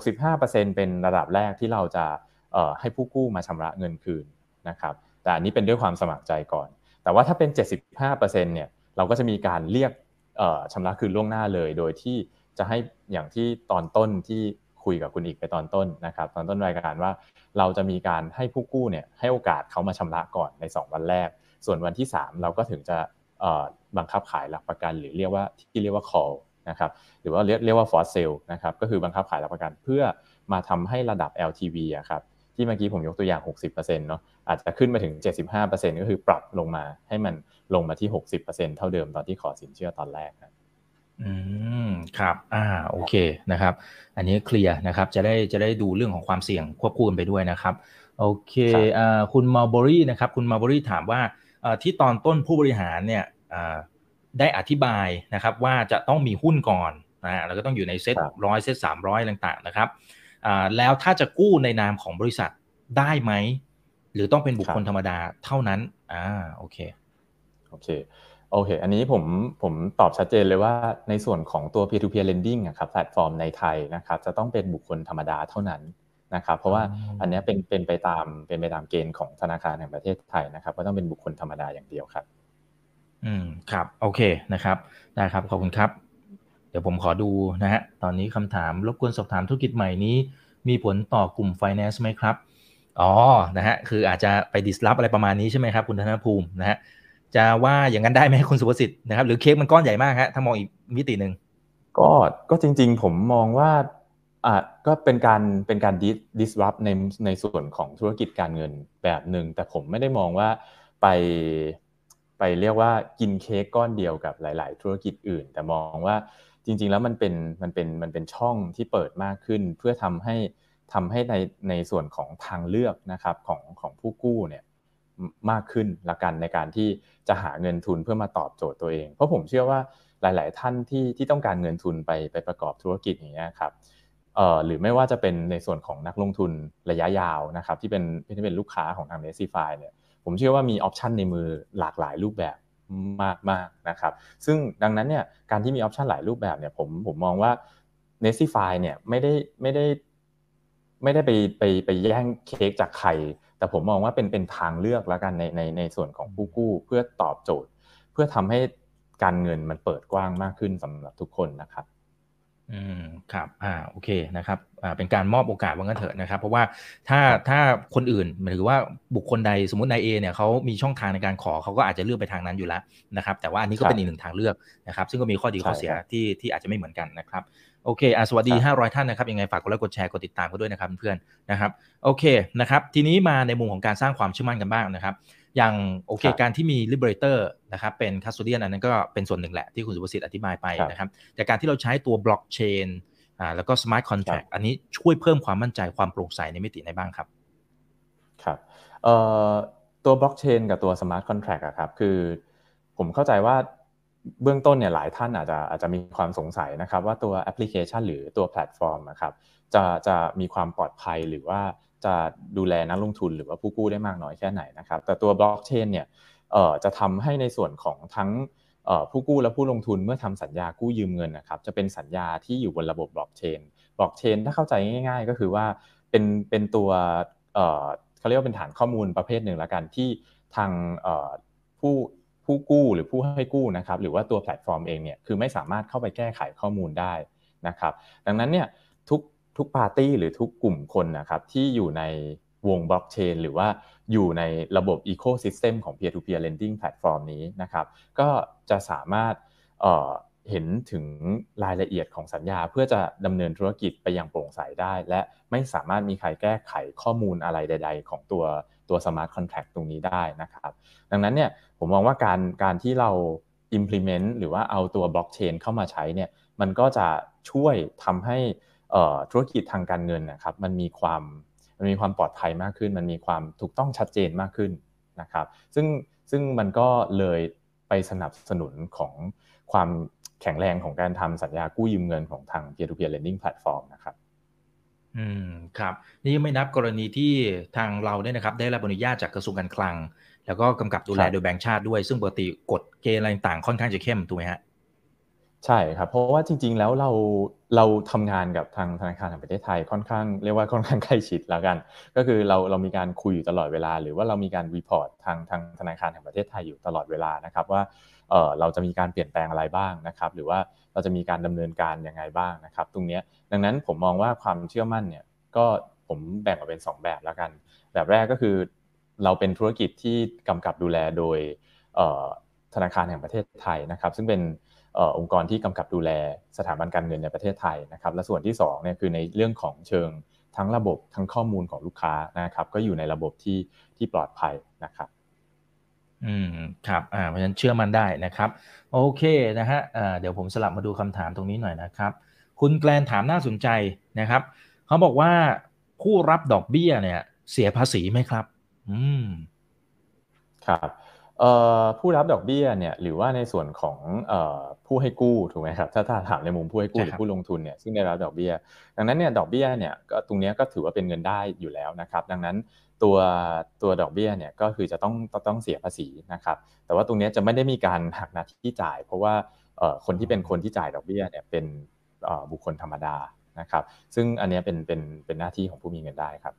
65% เป็นระดับแรกที่เราจะให้ผู้กู้มาชำระเงินคืนนะครับแต่อันนี้เป็นด้วยความสมัครใจก่อนแต่ว่าถ้าเป็น 75% เนี่ยเราก็จะมีการเรียกชำระคืนล่วงหน้าเลยโดยที่จะให้อย่างที่ตอนต้นที่คุยกับคุณอีกไปตอนต้นนะครับตอนต้นรายการว่าเราจะมีการให้ผู้กู้เนี่ยให้โอกาสเขามาชำระก่อนใน2วันแรกส่วนวันที่3เราก็ถึงจะบังคับขายหลักประกันหรือเรียกว่า call นะครับหรือว่าเรียกว่า force sale นะครับก็คือบังคับขายหลักประกันเพื่อมาทำให้ระดับ LTV ครับที่เมื่อกี้ผมยกตัวอย่าง 60% เนาะอาจจะขึ้นมาถึง 75% ก็คือปรับลงมาให้มันลงมาที่ 60% เท่าเดิมตอนที่ขอสินเชื่อตอนแรกครับโอเคนะครับอันนี้เคลียร์นะครับจะได้ดูเรื่องของความเสี่ยงควบคู่กันไปด้วยนะครับโอเคคุณมัลเบอรี่นะครับคุณมัลเบอรี่ถามว่าที่ตอนต้นผู้บริหารเนี่ยได้อธิบายนะครับว่าจะต้องมีหุ้นก่อนแล้วก็ต้องอยู่ในเซ็ต100เซ็ต300ต่างๆนะครับแล้วถ้าจะกู้ในนามของบริษัทได้ไหมหรือต้องเป็นบุคคลธรรมดาเท่านั้นโอเคอันนี้ผมตอบชัดเจนเลยว่าในส่วนของตัว peer-to-peer lending ครับแพลตฟอร์มในไทยนะครับจะต้องเป็นบุคคลธรรมดาเท่านั้นนะครับเพราะว่าอันนี้เป็นไปตามเกณฑ์ของธนาคารแห่งประเทศไทยนะครับก็ต้องเป็นบุคคลธรรมดาอย่างเดียวครับครับโอเคนะครับได้ครับขอบคุณครับเดี๋ยวผมขอดูนะฮะตอนนี้คำถามรบกวนสอบถามธุรกิจใหม่นี้มีผลต่อกลุ่ม finance ไหมครับนะฮะคืออาจจะไป disrupt อะไรประมาณนี้ใช่ไหมครับคุณธนภูมินะฮะจะว่าอย่างนั้นได้ไหมคุณสุภสิทธิ์นะครับหรือเค้กมันก้อนใหญ่มากฮะถ้ามองอีกมิตินึงก็จริงๆผมมองว่าก็เป็นการ disrupt ในส่วนของธุรกิจการเงินแบบนึงแต่ผมไม่ได้มองว่าไปเรียกว่ากินเค้กก้อนเดียวกับหลายๆธุรกิจอื่นแต่มองว่าจริงๆแล้วมันเป็นช่องที่เปิดมากขึ้นเพื่อทำให้ในส่วนของทางเลือกนะครับของผู้กู้เนี่ยมากขึ้นละกันในการที่จะหาเงินทุนเพื่อมาตอบโจทย์ตัวเองเพราะผมเชื่อว่าหลายๆท่านที่ต้องการเงินทุนไปประกอบธุรกิจอย่างเงี้ยครับหรือไม่ว่าจะเป็นในส่วนของนักลงทุนระยะยาวนะครับที่เป็นลูกค้าของทาง Nestify เนี่ยผมเชื่อว่ามีออปชันในมือหลากหลายรูปแบบมากนะครับซึ่งดังนั้นเนี่ยการที่มีออปชันหลายรูปแบบเนี่ยผมมองว่า Nestify เนี่ยไม่ได้ไปแย่งเค้กจากใครแต่ผมมองว่าเป็นทางเลือกแล้วกันในส่วนของผู้กู้เพื่อตอบโจทย์เพื่อทำให้การเงินมันเปิดกว้างมากขึ้นสำหรับทุกคนนะครับครับโอเคนะครับเป็นการมอบโอกาสว่างั้นเถอะนะครับเพราะว่าถ้าคนอื่นหรือว่าบุคคลใดสมมุตินาย A เนี่ยเขามีช่องทางในการขอเขาก็อาจจะเลือกไปทางนั้นอยู่แล้วนะครับแต่ว่าอันนี้ก็เป็นอีกหนึ่งทางเลือกนะครับซึ่งก็มีข้อดีข้อเสียที่อาจจะไม่เหมือนกันนะครับโอเคสวัสดี500ท่านนะครับยังไงฝากกดไลค์กดแชร์กดติดตามกันด้วยนะครับเพื่อนนะครับโอเคนะครับทีนี้มาในมุมของการสร้างความเชื่อมั่นกันบ้างนะครับอย่างโอเคการที่มี Liberator นะครับเป็น Custodian อันนั้นก็เป็นส่วนหนึ่งแหละที่คุณสุภสิทธิ์อธิบายไปนะครับแต่การที่เราใช้ตัว Blockchain แล้วก็ Smart Contract อันนี้ช่วยเพิ่มความมั่นใจความโปร่งใสในมิติไหนบ้างครับครับตัว Blockchain กับตัว Smart Contract ครับคือผมเข้าใจว่าเบื้องต้นเนี่ยหลายท่านอาจจะมีความสงสัยนะครับว่าตัวแอปพลิเคชันหรือตัวแพลตฟอร์มนะครับจะมีความปลอดภัยหรือว่าจะดูแลนักลงทุนหรือว่าผู้กู้ได้มากน้อยแค่ไหนนะครับแต่ตัว Blockchain เนี่ยจะทำให้ในส่วนของทั้งผู้กู้และผู้ลงทุนเมื่อทำสัญญากู้ยืมเงินนะครับจะเป็นสัญญาที่อยู่บนระบบ Blockchain ถ้าเข้าใจง่ายๆก็คือว่าเป็นตัวเขาเรียกว่าเป็นฐานข้อมูลประเภทหนึ่งละกันที่ทางผู้กู้หรือผู้ให้กู้นะครับหรือว่าตัวแพลตฟอร์มเองเนี่ยคือไม่สามารถเข้าไปแก้ไขข้อมูลได้นะครับดังนั้นเนี่ยทุกปาร์ตี้หรือทุกกลุ่มคนนะครับที่อยู่ในวงบล็อกเชนหรือว่าอยู่ในระบบอีโคซิสเต็มของ peer-to-peer lending แพลตฟอร์มนี้นะครับก็จะสามารถเห็นถึงรายละเอียดของสัญญาเพื่อจะดำเนินธุรกิจไปอย่างโปร่งใสได้และไม่สามารถมีใครแก้ไขข้อมูลอะไรใดๆของตัว smart contract ตรงนี้ได้นะครับดังนั้นเนี่ยผมมองว่าการที่เรา implement หรือว่าเอาตัว blockchain เข้ามาใช้เนี่ยมันก็จะช่วยทำให้ธุรกิจทางการเงินนะครับมันมีความปลอดภัยมากขึ้นมันมีความถูกต้องชัดเจนมากขึ้นนะครับซึ่งมันก็เลยไปสนับสนุนของความแข็งแรงของการทำสัญญากู้ยืมเงินของทาง peer-to-peer lending platform นะครับครับนี่ยังไม่นับกรณีที่ทางเราเนี่ยนะครับได้รับอนุญาตจากกระทรวงการคลังแล้วก็กำกับดูแลโดยแบงก์ชาติด้วยซึ่งปกติกฎเกณฑ์อะไรต่างค่อนข้างจะเข้มถูกไหมฮะใช่ครับเพราะว่าจริงๆแล้วเราทำงานกับทางธนาคารแห่งประเทศไทยค่อนข้างเรียกว่าค่อนข้างใกล้ชิดแล้วกันก็คือเรามีการคุยอยู่ตลอดเวลาหรือว่าเรามีการรีพอร์ตทางธนาคารแห่งประเทศไทยอยู่ตลอดเวลานะครับว่าเราจะมีการเปลี่ยนแปลงอะไรบ้างนะครับหรือว่าเราจะมีการดำเนินการยังไงบ้างนะครับตรงนี้ดังนั้นผมมองว่าความเชื่อมั่นเนี่ยก็ผมแบ่งออกเป็น2แบบแล้วกันแบบแรกก็คือเราเป็นธุรกิจที่กำกับดูแลโดยธนาคารแห่งประเทศไทยนะครับซึ่งเป็นองค์กรที่กำกับดูแลสถาบันการเงินในประเทศไทยนะครับและส่วนที่2เนี่ยคือในเรื่องของเชิงทั้งระบบทั้งข้อมูลของลูกค้านะครับก็อยู่ในระบบที่ปลอดภัยนะครับครับเพราะฉะนั้นเชื่อมันได้นะครับโอเคนะฮะเดี๋ยวผมสลับมาดูคำถามตรงนี้หน่อยนะครับคุณแกลนถามน่าสนใจนะครับเขาบอกว่าผู้รับดอกเบี้ยเนี่ยเสียภาษีไหมครับครับผู้รับดอกเบี้ยเนี่ยหรือว่าในส่วนของผู้ให้กู้ถูกไหมครับถ้าถามในมุมผู้ให้กู้หรือผู้ลงทุนเนี่ยซึ่งได้รับดอกเบี้ยดังนั้นเนี่ยดอกเบี้ยเนี่ยก็ตรงนี้ก็ถือว่าเป็นเงินได้อยู่แล้วนะครับดังนั้นตัวดอกเบี้ยเนี่ยก็คือจะต้องเสียภาษีนะครับแต่ว่าตรงนี้จะไม่ได้มีการหักหน้าที่จ่ายเพราะว่าคนที่จ่ายดอกเบี้ยเนี่ยเป็นบุคคลธรรมดานะครับซึ่งอันนี้เป็นหน้าที่ของผู้มีเงินได้ครับ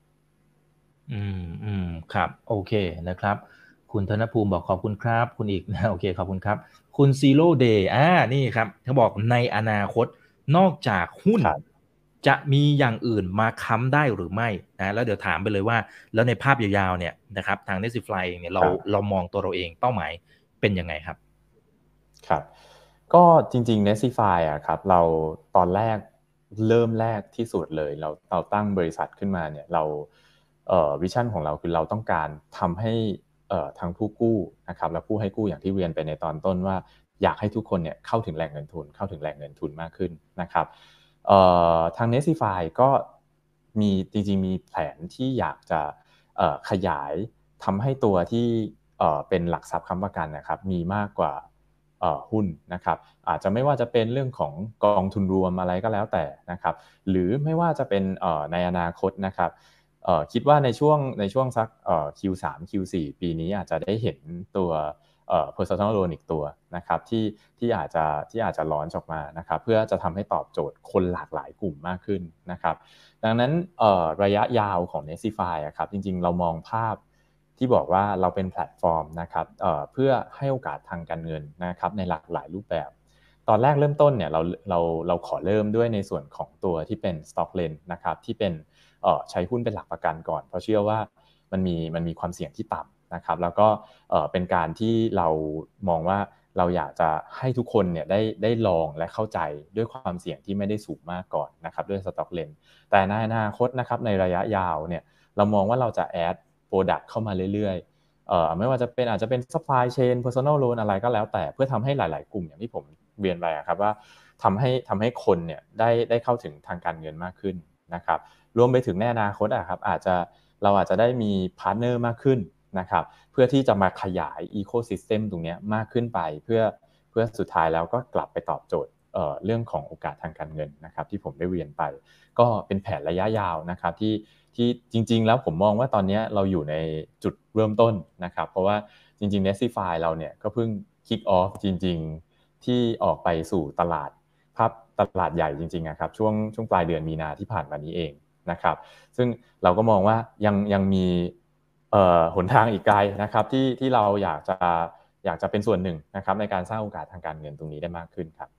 ครับโอเคนะครับคุณธนภูมิบอกขอบคุณครับคุณอีกนะโอเคขอบคุณครับคุณซีโร่เดย์นี่ครับเขาบอกในอนาคตนอกจากหุ้นจะมีอย่างอื่นมาค้ำได้หรือไม่นะแล้วเดี๋ยวถามไปเลยว่าแล้วในภาพยาวๆเนี่ยนะครับทาง Nestify เองเนี่ยเรามองตัวเราเองเป้าหมายเป็นยังไงครับครับก็จริงๆ Nestify อ่ะครับเราตอนแรกเริ่มแรกที่สุดเลยเราตั้งบริษัทขึ้นมาเนี่ยเราวิชั่นของเราคือเราต้องการทำให้ทั้งผู้กู้นะครับและผู้ให้กู้อย่างที่เรียนไปในตอนต้นว่าอยากให้ทุกคนเนี่ยเข้าถึงแหล่งเงินทุนมากขึ้นนะครับทาง Nestify ก็มีจริงๆมีแผนที่อยากจะขยายทำให้ตัวที่เป็นหลักทรัพย์ค้ำประกันนะครับมีมากกว่าหุ้นนะครับอาจจะไม่ว่าจะเป็นเรื่องของกองทุนรวมอะไรก็แล้วแต่นะครับหรือไม่ว่าจะเป็นในอนาคตนะครับคิดว่าในช่วงสักQ3 Q4 ปีนี้อาจจะได้เห็นตัวpersonal loan อีกตัวนะครับที่อาจจะlaunchออกมานะครับเพื่อจะทำให้ตอบโจทย์คนหลากหลายกลุ่มมากขึ้นนะครับดังนั้นระยะยาวของ Nestify อะครับจริงๆเรามองภาพที่บอกว่าเราเป็นแพลตฟอร์มนะครับเพื่อให้โอกาสทางการเงินนะครับในหลากหลายรูปแบบตอนแรกเริ่มต้นเนี่ยเราขอเริ่มด้วยในส่วนของตัวที่เป็น stock lend นะครับที่เป็นใช้หุ้นเป็นหลักประกันก่อนเพราะเชื่อว่ามันมีความเสี่ยงที่ต่ำนะครับแล้วก็เป็นการที่เรามองว่าเราอยากจะให้ทุกคนเนี่ยได้ลองและเข้าใจด้วยความเสี่ยงที่ไม่ได้สูงมากก่อนนะครับด้วย stock lend แต่ในอนาคตนะครับในระยะยาวเนี่ยเรามองว่าเราจะ add product เข้ามาเรื่อยๆไม่ว่าจะเป็นอาจจะเป็น supply chain personal loan อะไรก็แล้วแต่เพื่อทำให้หลายๆกลุ่มอย่างที่ผมเรียนไปครับว่าทำให้คนเนี่ยได้เข้าถึงทางการเงินมากขึ้นนะครับรวมไปถึงในอนาคตครับเราอาจจะได้มีพาร์ทเนอร์มากขึ้นนะครับเพื่อที่จะมาขยายอีโคซิสเต็มตรงนี้มากขึ้นไปเพื่อสุดท้ายแล้วก็กลับไปตอบโจทย์เรื่องของโอกาสทางการเงินนะครับที่ผมได้เรียนไปก็เป็นแผนระยะยาวนะครับที่จริงๆแล้วผมมองว่าตอนนี้เราอยู่ในจุดเริ่มต้นนะครับเพราะว่าจริงๆ Nestify เราเนี่ยก็เพิ่ง kick off จริงๆที่ออกไปสู่ตลาดใหญ่จริงๆนะครับช่วงปลายเดือนมีนาที่ผ่านมานี้เองนะครับซึ่งเราก็มองว่ายังมีหนทางอีกไกลนะครับที่เราอยากจะเป็นส่วนหนึ่งนะครับในการสร้างโอกาสทางการเงินตรงนี้ได้มากขึ้นครับ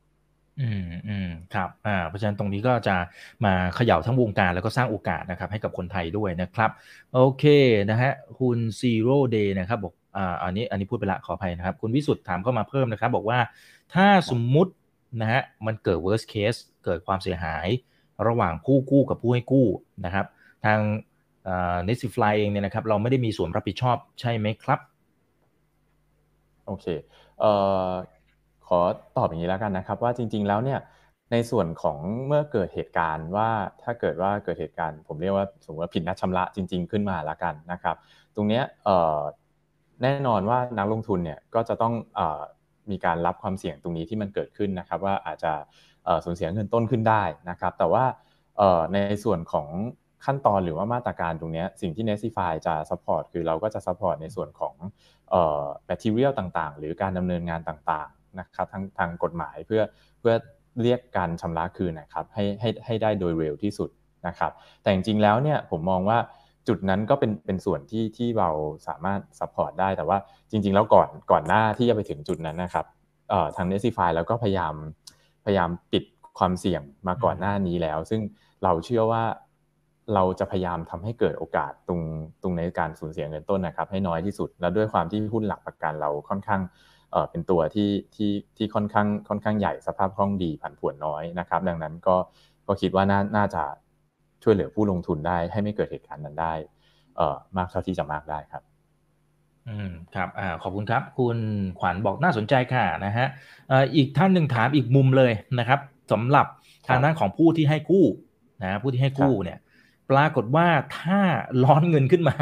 ครับเพราะฉะนั้นตรงนี้ก็จะมาเขย่าทั้งวงการแล้วก็สร้างโอกาสนะครับให้กับคนไทยด้วยนะครับโอเคนะฮะคุณ Zero Day นะครับบอกอันนี้พูดไปละขออภัยนะครับคุณวิสุทธ์ถามเข้ามาเพิ่มนะครับบอกว่าถ้าสมมุตินะฮะมันเกิด worst case เกิดความเสียหายระหว่างผู้กู้กับผู้ให้กู้นะครับทางNestify เองเนี่ยนะครับเราไม่ได้มีส่วนรับผิดชอบใช่ไหมครับโอเคขอตอบอย่างนี้แล้วกันนะครับว่าจริงๆแล้วเนี่ยในส่วนของเมื่อเกิดเหตุการณ์ว่าถ้าเกิดว่าเกิดเหตุการณ์ผมเรียกว่าสมมติว่าผิดนัดชำระจริงๆขึ้นมาแล้วกันนะครับตรงนี้แน่นอนว่านักลงทุนเนี่ยก็จะต้องมีการรับความเสี่ยงตรงนี้ที่มันเกิดขึ้นนะครับว่าอาจจะสูญเสียเงินต้นขึ้นได้นะครับแต่ว่าในส่วนของขั้นตอนหรือว่ามาตรการตรงนี้สิ่งที่ Nestify จะ support คือเราก็จะ support ในส่วนของmaterial ต่างๆหรือการดำเนินงานต่างๆนะครับทางกฎหมายเพื่อเรียกการชำระคืนนะครับให้ได้โดยเร็วที่สุดนะครับแต่จริงๆแล้วเนี่ยผมมองว่าจุดนั้นก็เป็นส่วนที่เราสามารถ support ได้แต่ว่าจริงๆแล้วก่อนหน้าที่จะไปถึงจุดนั้นนะครับทาง Nestify แล้วก็พยายามปิดความเสี่ยงมาก่อนหน้านี้แล้วซึ่งเราเชื่อว่าเราจะพยายามทำให้เกิดโอกาสตรงในการสูญเสียเงินต้นนะครับให้น้อยที่สุดแล้วด้วยความที่หุ้นหลักประกันเราค่อนข้างเป็นตัวที่ค่อนข้างใหญ่สภาพคล่องดีผันผวนน้อยนะครับดังนั้นก็คิดว่าน่าจะช่วยเหลือผู้ลงทุนได้ให้ไม่เกิดเหตุการณ์นั้นได้มากเท่าที่จะมากได้ครับครับขอบคุณครับคุณขวัญบอกน่าสนใจค่ะนะฮะอีกท่านหนึ่งถามอีกมุมเลยนะครับสำหรับทางด้านของผู้ที่ให้กู้นะผู้ที่ให้กู้เนี่ยปรากฏว่าถ้าร้อนเงินขึ้นมา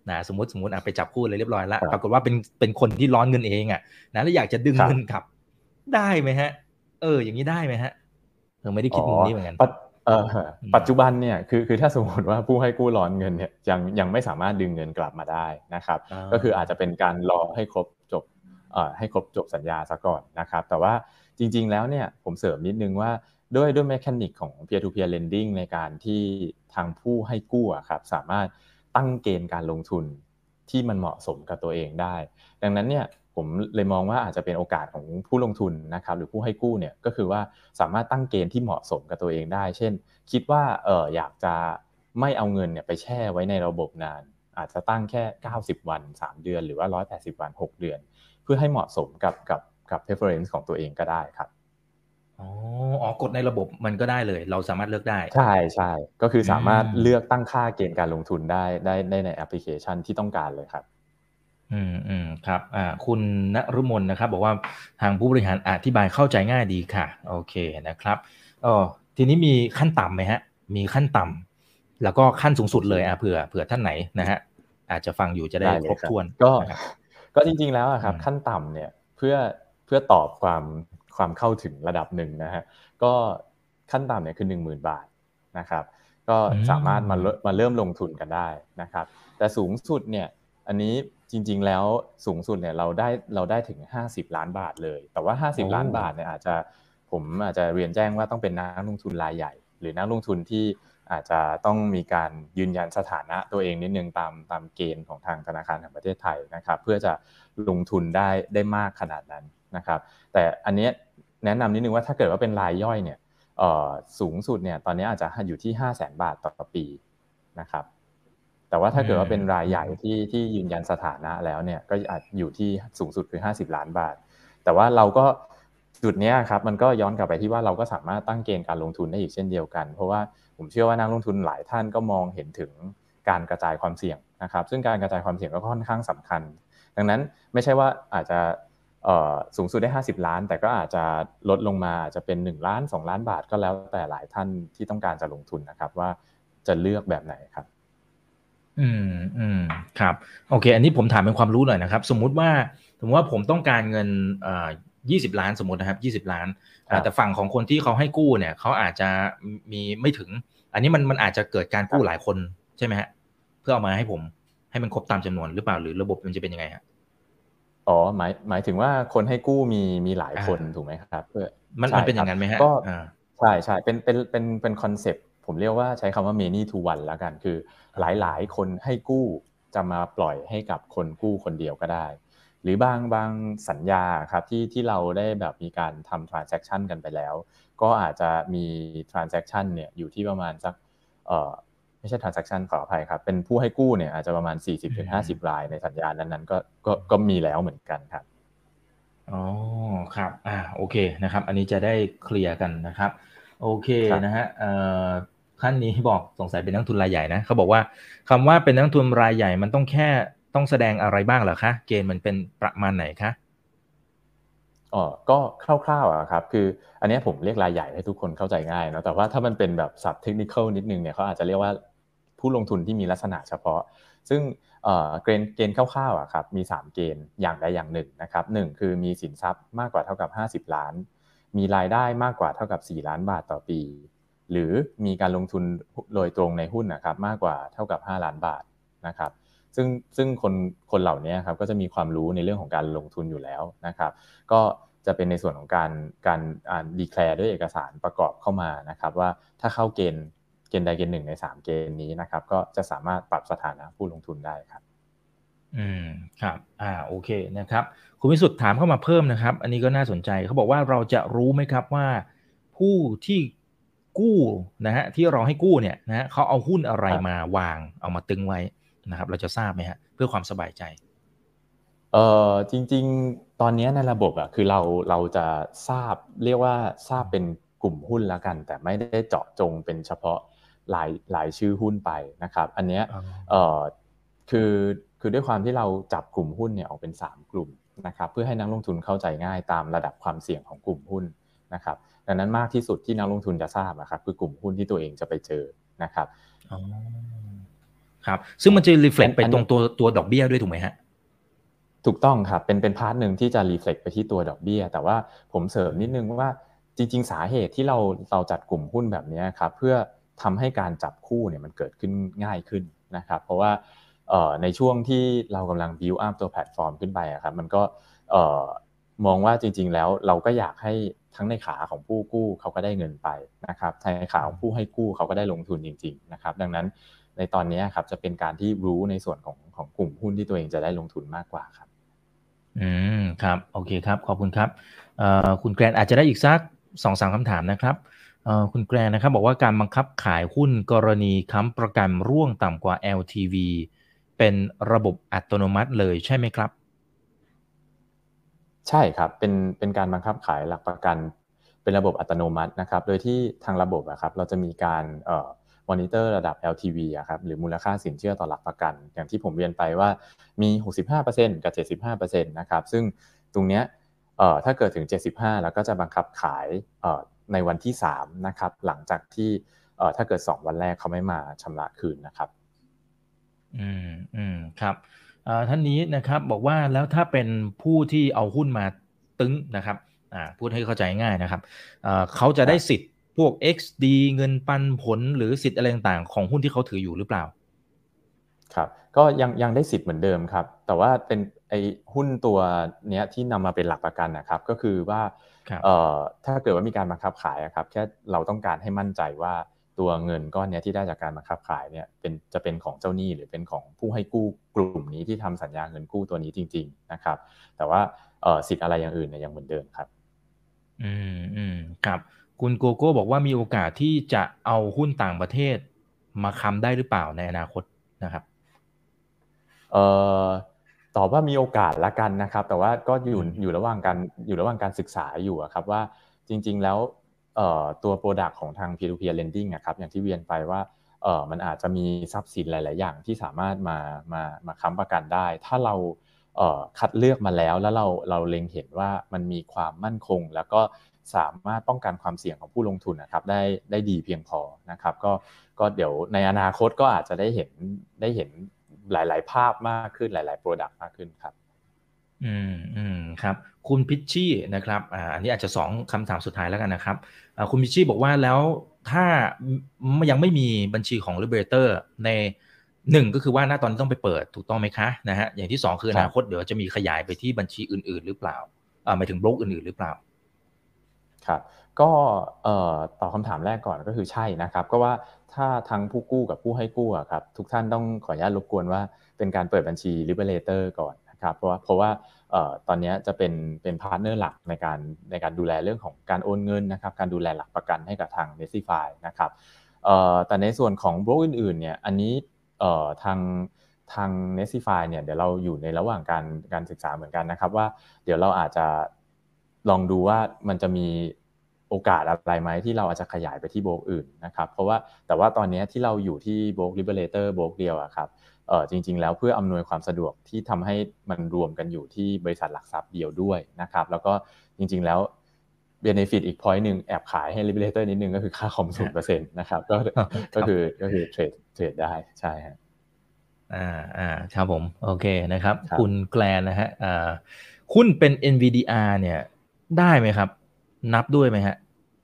นะสมมติไปจับคู่เลยเรียบร้อยแล้วครับปรากฏว่าเป็นคนที่ร้อนเงินเองอ่ะนะแล้วอยากจะดึงครับเงินกลับได้ไหมฮะอย่างนี้ได้ไหมฮะไม่ได้คิดมุมนี้เหมือนกันเอ่อปัจจุบันเนี่ยคือถ้าสมมติว่าผู้ให้กู้ร้อนเงินเนี่ยยังไม่สามารถดึงเงินกลับมาได้นะครับก็คืออาจจะเป็นการรอให้ครบจบสัญญาซะก่อนนะครับแต่ว่าจริงๆแล้วเนี่ยผมเสริมนิดนึงว่าด้วยเมคานิกของ peer to peer lending ในการที่ทางผู้ให้กู้ครับสามารถตั้งเกณฑ์การลงทุนที่มันเหมาะสมกับตัวเองได้ดังนั้นเนี่ยผมเลยมองว่าอาจจะเป็นโอกาสของผู้ลงทุนนะครับหรือผู้ให้กู้เนี่ยก็คือว่าสามารถตั้งเกณฑ์ที่เหมาะสมกับตัวเองได้เช่นคิดว่าอยากจะไม่เอาเงินเนี่ยไปแช่ไว้ในระบบนานอาจจะตั้งแค่90วัน3เดือนหรือว่า180วัน6เดือนเพื่อให้เหมาะสมกับ preference ของตัวเองก็ได้ครับกดในระบบมันก็ได้เลยเราสามารถเลือกได้ใช่ๆก็คือสามารถเลือกตั้งค่าเกณฑ์การลงทุนได้ในแอปพลิเคชันที่ต้องการเลยครับครับคุณณฤมลนะครับบอกว่าทางผู้บริหารอธิบายเข้าใจง่ายดีค่ะโอเคนะครับทีนี้มีขั้นต่ำไหมฮะมีขั้นต่ำแล้วก็ขั้นสูงสุดเลยเผื่อท่านไหนนะฮะอาจจะฟังอยู่จะได้ครบถ้วนก็จริงๆแล้วครับขั้นต่ำเนี่ยเพื่อตอบความเข้าถึงระดับหนึ่งนะฮะก็ขั้นต่ำเนี่ยคือ 10,000 บาทนะครับก็สามารถมาเริ่มลงทุนกันได้นะครับแต่สูงสุดเนี่ยอันนี้จริงๆแล้วสูงสุดเนี่ยเราได้ถึง50ล้านบาทเลยแต่ว่า50ล้านบาทเนี่ยผมอาจจะเรียนแจ้งว่าต้องเป็นนักลงทุนรายใหญ่หรือนักลงทุนที่อาจจะต้องมีการยืนยันสถานะตัวเองนิดนึงตามเกณฑ์ของทางธนาคารแห่งประเทศไทยนะครับเพื่อจะลงทุนได้มากขนาดนั้นนะครับแต่อันนี้แนะนำนิดนึงว่าถ้าเกิดว่าเป็นรายย่อยเนี่ยสูงสุดเนี่ยตอนนี้อาจจะอยู่ที่ 500,000 บาทต่อปีนะครับแต่ว่าถ้าเกิดว่าเป็นรายใหญ่ที่ยืนยันสถานะแล้วเนี่ยก็อาจอยู่ที่สูงสุดคือ50ล้านบาทแต่ว่าเราก็จุดนี้ครับมันก็ย้อนกลับไปที่ว่าเราก็สามารถตั้งเกณฑ์การลงทุนได้อีกเช่นเดียวกันเพราะว่าผมเชื่อว่านักลงทุนหลายท่านก็มองเห็นถึงการกระจายความเสี่ยงนะครับซึ่งการกระจายความเสี่ยงก็ค่อนข้างสำคัญดังนั้นไม่ใช่ว่าอาจจะสูงสุดได้50ล้านแต่ก็อาจจะลดลงมาอาจจะเป็น1ล้าน2ล้านบาทก็แล้วแต่หลายท่านที่ต้องการจะลงทุนนะครับว่าจะเลือกแบบไหนครับครับโอเคอันนี้ผมถามเป็นความรู้หน่อยนะครับสมมุติว่าผมต้องการเงิน20ล้านสมมุตินะครับ20ล้านแต่ฝั่งของคนที่เขาให้กู้เนี่ยเขาอาจจะมีไม่ถึงอันนี้มันอาจจะเกิดการกู้หลายคนใช่ไหมฮะเพื่อเอามาให้ผมให้มันครบตามจำนวนหรือเปล่าหรือระบบมันจะเป็นยังไงฮะหมายถึงว่าคนให้กู้มีหลายคนถูกไหมครับมันเป็นอย่างนั้นไหมฮะก็ใช่เป็นคอนเซ็ปต์ผมเรียกว่าใช้คำว่า many to one แล้วกันคือหลายคนให้กู้จะมาปล่อยให้กับคนกู้คนเดียวก็ได้หรือบางสัญญาครับที่เราได้แบบมีการทำ transaction กันไปแล้วก็อาจจะมี transaction เนี่ยอยู่ที่ประมาณสักไม่ใช่ transaction ขออภัยครับเป็นผู้ให้กู้เนี่ยอาจจะประมาณ 40-50 รายในสัญญานั้นก็มีแล้วเหมือนกันครับครับโอเคนะครับอันนี้จะได้เคลียร์กันนะครับโอเคนะฮะขั้นนี้บอกสงสัยเป็นนักทุนรายใหญ่นะเขาบอกว่าคำว่าเป็นนักทุนรายใหญ่มันต้องแสดงอะไรบ้างเหรอคะเกณฑ์มันเป็นประมาณไหนคะก็คร่าวๆครับคืออันนี้ผมเรียกรายใหญ่ให้ทุกคนเข้าใจง่ายนะแต่ว่าถ้ามันเป็นแบบศัพท์เทคนิคอลนิดนึงเนี่ยเขาอาจจะเรียกว่าผู้ลงทุนที่มีลักษณะเฉพาะซึ่งเกณฑ์คร่าวๆครับมี3เกณฑ์อย่างใดอย่างหนึ่งนะครับ1คือมีสินทรัพย์มากกว่าเท่ากับ50ล้านมีรายได้มากกว่าเท่ากับ4ล้านบาทต่อปีหรือมีการลงทุนโดยตรงในหุ้นนะครับมากกว่าเท่ากับ5ล้านบาทนะครับซึ่งคนเหล่านี้ครับก็จะมีความรู้ในเรื่องของการลงทุนอยู่แล้วนะครับก็จะเป็นในส่วนของการดีแคลร์ด้วยเอกสารประกอบเข้ามานะครับว่าถ้าเข้าเกณฑ์ใดเกณฑ์หนึ่งใน3เกณฑ์นี้นะครับก็จะสามารถปรับสถานะผู้ลงทุนได้ครับครับโอเคนะครับคุณวิสุทธ์ถามเข้ามาเพิ่มนะครับอันนี้ก็น่าสนใจเขาบอกว่าเราจะรู้ไหมครับว่าผู้ที่กู้นะฮะที่เราให้กู้เนี่ยนะฮะเขาเอาหุ้นอะไรมาวางเอามาตึงไว้นะครับเราจะทราบไหมฮะเพื่อความสบายใจจริงๆตอนนี้ในระบบคือเราจะทราบเรียกว่าทราบเป็นกลุ่มหุ้นแล้วกันแต่ไม่ได้เจาะจงเป็นเฉพาะหลายชื่อหุ้นไปนะครับอันนี้คือด้วยความที่เราจับกลุ่มหุ้นเนี่ยออกเป็น3กลุ่มนะครับเพื่อให้นักลงทุนเข้าใจง่ายตามระดับความเสี่ยงของกลุ่มหุ้นนะครับดังนั้นมากที่สุดที่นักลงทุนจะทราบคือกลุ่มหุ้นที่ตัวเองจะไปเจอนะครับครับซึ่งมันจะ reflect ไปอันตรงตัวดอกเบี้ยด้วยถูกไหมฮะถูกต้องครับเป็นพาร์ทหนึ่งที่จะ reflect ไปที่ตัวดอกเบี้ยแต่ว่าผมเสริมนิดนึงว่าจริงๆสาเหตุที่เราจัดกลุ่มหุ้นแบบนี้ครับเพื่อทำให้การจับคู่เนี่ยมันเกิดขึ้นง่ายขึ้นนะครับเพราะว่าในช่วงที่เรากำลัง build up ตัวแพลตฟอร์มขึ้นไปครับมันก็มองว่าจริงๆแล้วเราก็อยากให้ทั้งในขาของผู้กู้เขาก็ได้เงินไปนะครับในขาของผู้ให้กู้เขาก็ได้ลงทุนจริงๆนะครับดังนั้นในตอนนี้ครับจะเป็นการที่รู้ในส่วนของกลุ่มหุ้นที่ตัวเองจะได้ลงทุนมากกว่าครับครับโอเคครับขอบคุณครับคุณแกรนอาจจะได้อีกสัก 2-3 คำถามนะครับคุณแกรนนะครับบอกว่าการบังคับขายหุ้นกรณีค้ำประกันร่วงต่ำกว่า LTV เป็นระบบอัตโนมัติเลยใช่ไหมครับใช่ครับเป็นการบังคับขายหลักประกันเป็นระบบอัตโนมัตินะครับโดยที่ทางระบบครับเราจะมีการมอนิเตอร์ระดับ LTV ครับหรือมูลค่าสินเชื่อต่อหลักประกันอย่างที่ผมเรียนไปว่ามี 65% กับ 75% นะครับซึ่งตรงเนี้ยถ้าเกิดถึง 75แล้วก็จะบังคับขายในวันที่3นะครับหลังจากที่ถ้าเกิด2วันแรกเขาไม่มาชำระคืนนะครับครับท่านนี้นะครับบอกว่าแล้วถ้าเป็นผู้ที่เอาหุ้นมาตึ้งนะครับพูดให้เข้าใจง่ายนะครับเขาจะได้สิทธิ์พวก XD เงินปันผลหรือสิทธิ์อะไรต่างๆของหุ้นที่เขาถืออยู่หรือเปล่าครับก็ยังได้สิทธิ์เหมือนเดิมครับแต่ว่าเป็นไอ้หุ้นตัวเนี้ยที่นำมาเป็นหลักประกันนะครับก็คือว่าถ้าเกิดว่ามีการบังคับขายครับแค่เราต้องการให้มั่นใจว่าตัวเงินก้อนนี้ที่ได้จากการบังคับขายเนี่ยจะเป็นของเจ้าหนี้หรือเป็นของผู้ให้กู้กลุ่มนี้ที่ทำสัญญาเงินกู้ตัวนี้จริงๆนะครับแต่ว่าสิทธิ์อะไรอย่างอื่นเนี่ยยังเหมือนเดิมครับครับคุณโกโก้บอกว่ามีโอกาสที่จะเอาหุ้นต่างประเทศมาค้ำได้หรือเปล่าในอนาคตนะครับเอ่อตอบว่ามีโอกาสละกันนะครับแต่ว่าก็อยู่ระหว่างการศึกษาอยู่ครับว่าจริงๆแล้วตัว product ของทาง peer-to-peer lending ครับอย่างที่เรียนไปว่ามันอาจจะมีทรัพย์สินหลายๆอย่างที่สามารถมาค้ำประกันได้ถ้าเราคัดเลือกมาแล้วเราเล็งเห็นว่ามันมีความมั่นคงแล้วก็สามารถป้องกันความเสี่ยงของผู้ลงทุนนะครับได้ดีเพียงพอนะครับก็เดี๋ยวในอนาคตก็อาจจะได้เห็นหลายๆภาพมากขึ้นหลายๆ Product มากขึ้นครับครับคุณพิชชี่นะครับอันนี้อาจจะ2คำถามสุดท้ายแล้วกันนะครับคุณพิชชี่บอกว่าแล้วถ้ายังไม่มีบัญชีของ Liberator ใน1ก็คือว่าณตอนนี้ต้องไปเปิดถูกต้องไหมคะนะฮะอย่างที่2คืออนาคตเดี๋ยวจะมีขยายไปที่บัญชีอื่นๆหรือเปล่าหมายถึงบล็อกอื่นๆหรือเปล่าครับก็ตอบคำถามแรกก่อนก็คือใช่นะครับก็ว่าถ้าทั้งผู้กู้กับผู้ให้กู้ครับทุกท่านต้องขออนุญาตรบกวนว่าเป็นการเปิดบัญชี Liberator ก่อนนะครับเพราะว่าตอนนี้จะเป็นพาร์ทเนอร์หลักในการดูแลเรื่องของการโอนเงินนะครับการดูแลหลักประกันให้กับทาง Nexify นะครับแต่ในส่วนของบล็อกอื่นๆเนี่ยอันนี้ทาง Nexify เนี่ยเดี๋ยวเราอยู่ในระหว่างการศึกษาเหมือนกันนะครับว่าเดี๋ยวเราอาจจะลองดูว่ามันจะมีโอกาสอะไรไหมที่เราอาจจะขยายไปที่โบรกอื่นนะครับเพราะว่าแต่ว่าตอนนี้ที่เราอยู่ที่โบรก Liberator โบรกเดียวครับจริงๆแล้วเพื่ออำนวยความสะดวกที่ทำให้มันรวมกันอยู่ที่บริษัทหลักทรัพย์เดียวด้วยนะครับแล้วก็จริงๆแล้ว benefit อีก point นึงแอบขายให้ Liberator นิดนึงก็คือค่าคอม 0% นะครับก็คือเทรดได้ใช่ครับครับผมโอเคนะครับคุณแกลนนะฮะหุ้นเป็น NVDR เนี่ยได้ไหมครับนับด้วยไหมฮะ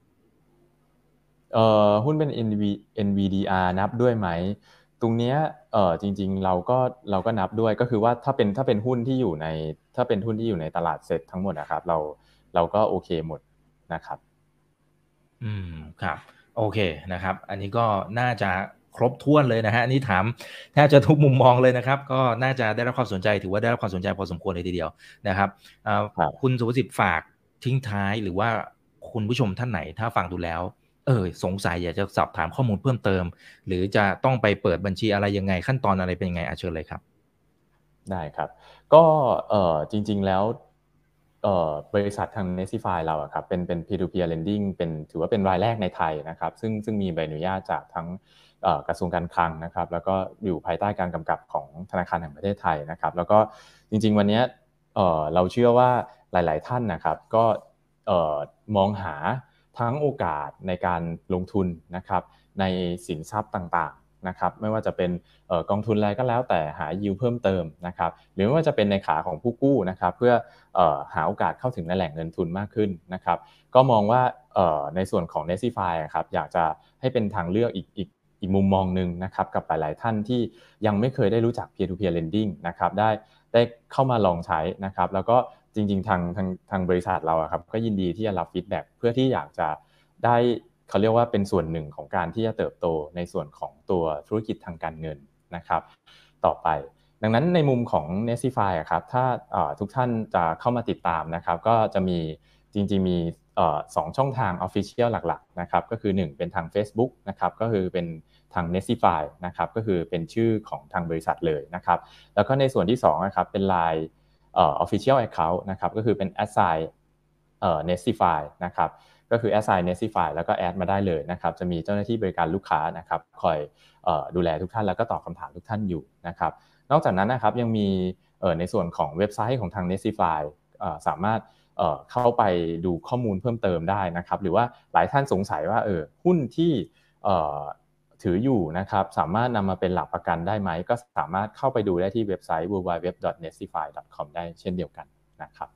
หุ้นเป็น NVDR นับด้วยไหมตรงเนี้ยจริงๆเราก็นับด้วยก็คือว่าถ้าเป็นหุ้นที่อยู่ในตลาดเซ็ตทั้งหมดนะครับเราก็โอเคหมดนะครับครับโอเคนะครับอันนี้ก็น่าจะครบถ้วนเลยนะฮะอันนี้ถามแทบจะทุกมุมมองเลยนะครับก็น่าจะได้รับความสนใจถือว่าได้รับความสนใจพอสมควรเลยทีเดียวนะครับคุณสุภสิทธิ์ฝากทิ้งท้ายหรือว่าคุณผู้ชมท่านไหนถ้าฟังดูแล้วสงสัยอยากจะสอบถามข้อมูลเพิ่มเติมหรือจะต้องไปเปิดบัญชีอะไรยังไงขั้นตอนอะไรเป็นยังไงเชิญเลยครับได้ครับก็จริงๆแล้วบริษัททาง Nexify เราครับเป็น peer-to-peer lending ถือว่าเป็นรายแรกในไทยนะครับซึ่งมีใบอนุญาตจากทั้งกระทรวงการคลังนะครับแล้วก็อยู่ภายใต้การกำกับของธนาคารแห่งประเทศไทยนะครับแล้วก็จริงๆวันนี้เราเชื่อว่าหลายๆท่านนะครับก็มองหาทั้งโอกาสในการลงทุนนะครับในสินทรัพย์ต่างนะครับไม่ว่าจะเป็นกองทุนอะไรก็แล้วแต่หา yield เพิ่มเติมนะครับหรือไม่ว่าจะเป็นในขาของผู้กู้นะครับเพื่อหาโอกาสเข้าถึงในแหล่งเงินทุนมากขึ้นนะครับก็มองว่าในส่วนของ Nexify ครับอยากจะให้เป็นทางเลือกอีกมุมมองนึงนะครับกับหลายๆท่านที่ยังไม่เคยได้รู้จัก peer to peer lending นะครับได้เข้ามาลองใช้นะครับแล้วก็จริงๆทางบริษัทเราครับก็ยินดีที่จะรับฟีดแบ็กเพื่อที่อยากจะได้เขาเรียกว่าเป็นส่วนหนึ่งของการที่จะเติบโตในส่วนของตัวธุรกิจทางการเงินนะครับต่อไปดังนั้นในมุมของ Nexify ครับถ้าทุกท่านจะเข้ามาติดตามนะครับก็จะมีจริงๆมี2ช่องทาง Official หลักๆนะครับก็คือ1เป็นทาง Facebook นะครับก็คือเป็นทาง Nexify นะครับก็คือเป็นชื่อของทางบริษัทเลยนะครับแล้วก็ในส่วนที่2นะครับเป็น LINE official account นะครับก็คือเป็น assign Nexify นะครับก็คือ assign Nexify แล้วก็แอดมาได้เลยนะครับจะมีเจ้าหน้าที่บริการลูกค้านะครับคอยดูแลทุกท่านแล้วก็ตอบคำถามทุกท่านอยู่นะครับนอกจากนั้นนะครับยังมีในส่วนของเว็บไซต์ของทาง Nexify สามารถเข้าไปดูข้อมูลเพิ่มเติมได้นะครับหรือว่าหลายท่านสงสัยว่าหุ้นที่ถืออยู่นะครับสามารถนำมาเป็นหลักประกันได้ไหมก็สามารถเข้าไปดูได้ที่เว็บไซต์ www.nexify.com ได้เช่นเดียวกันนะครับ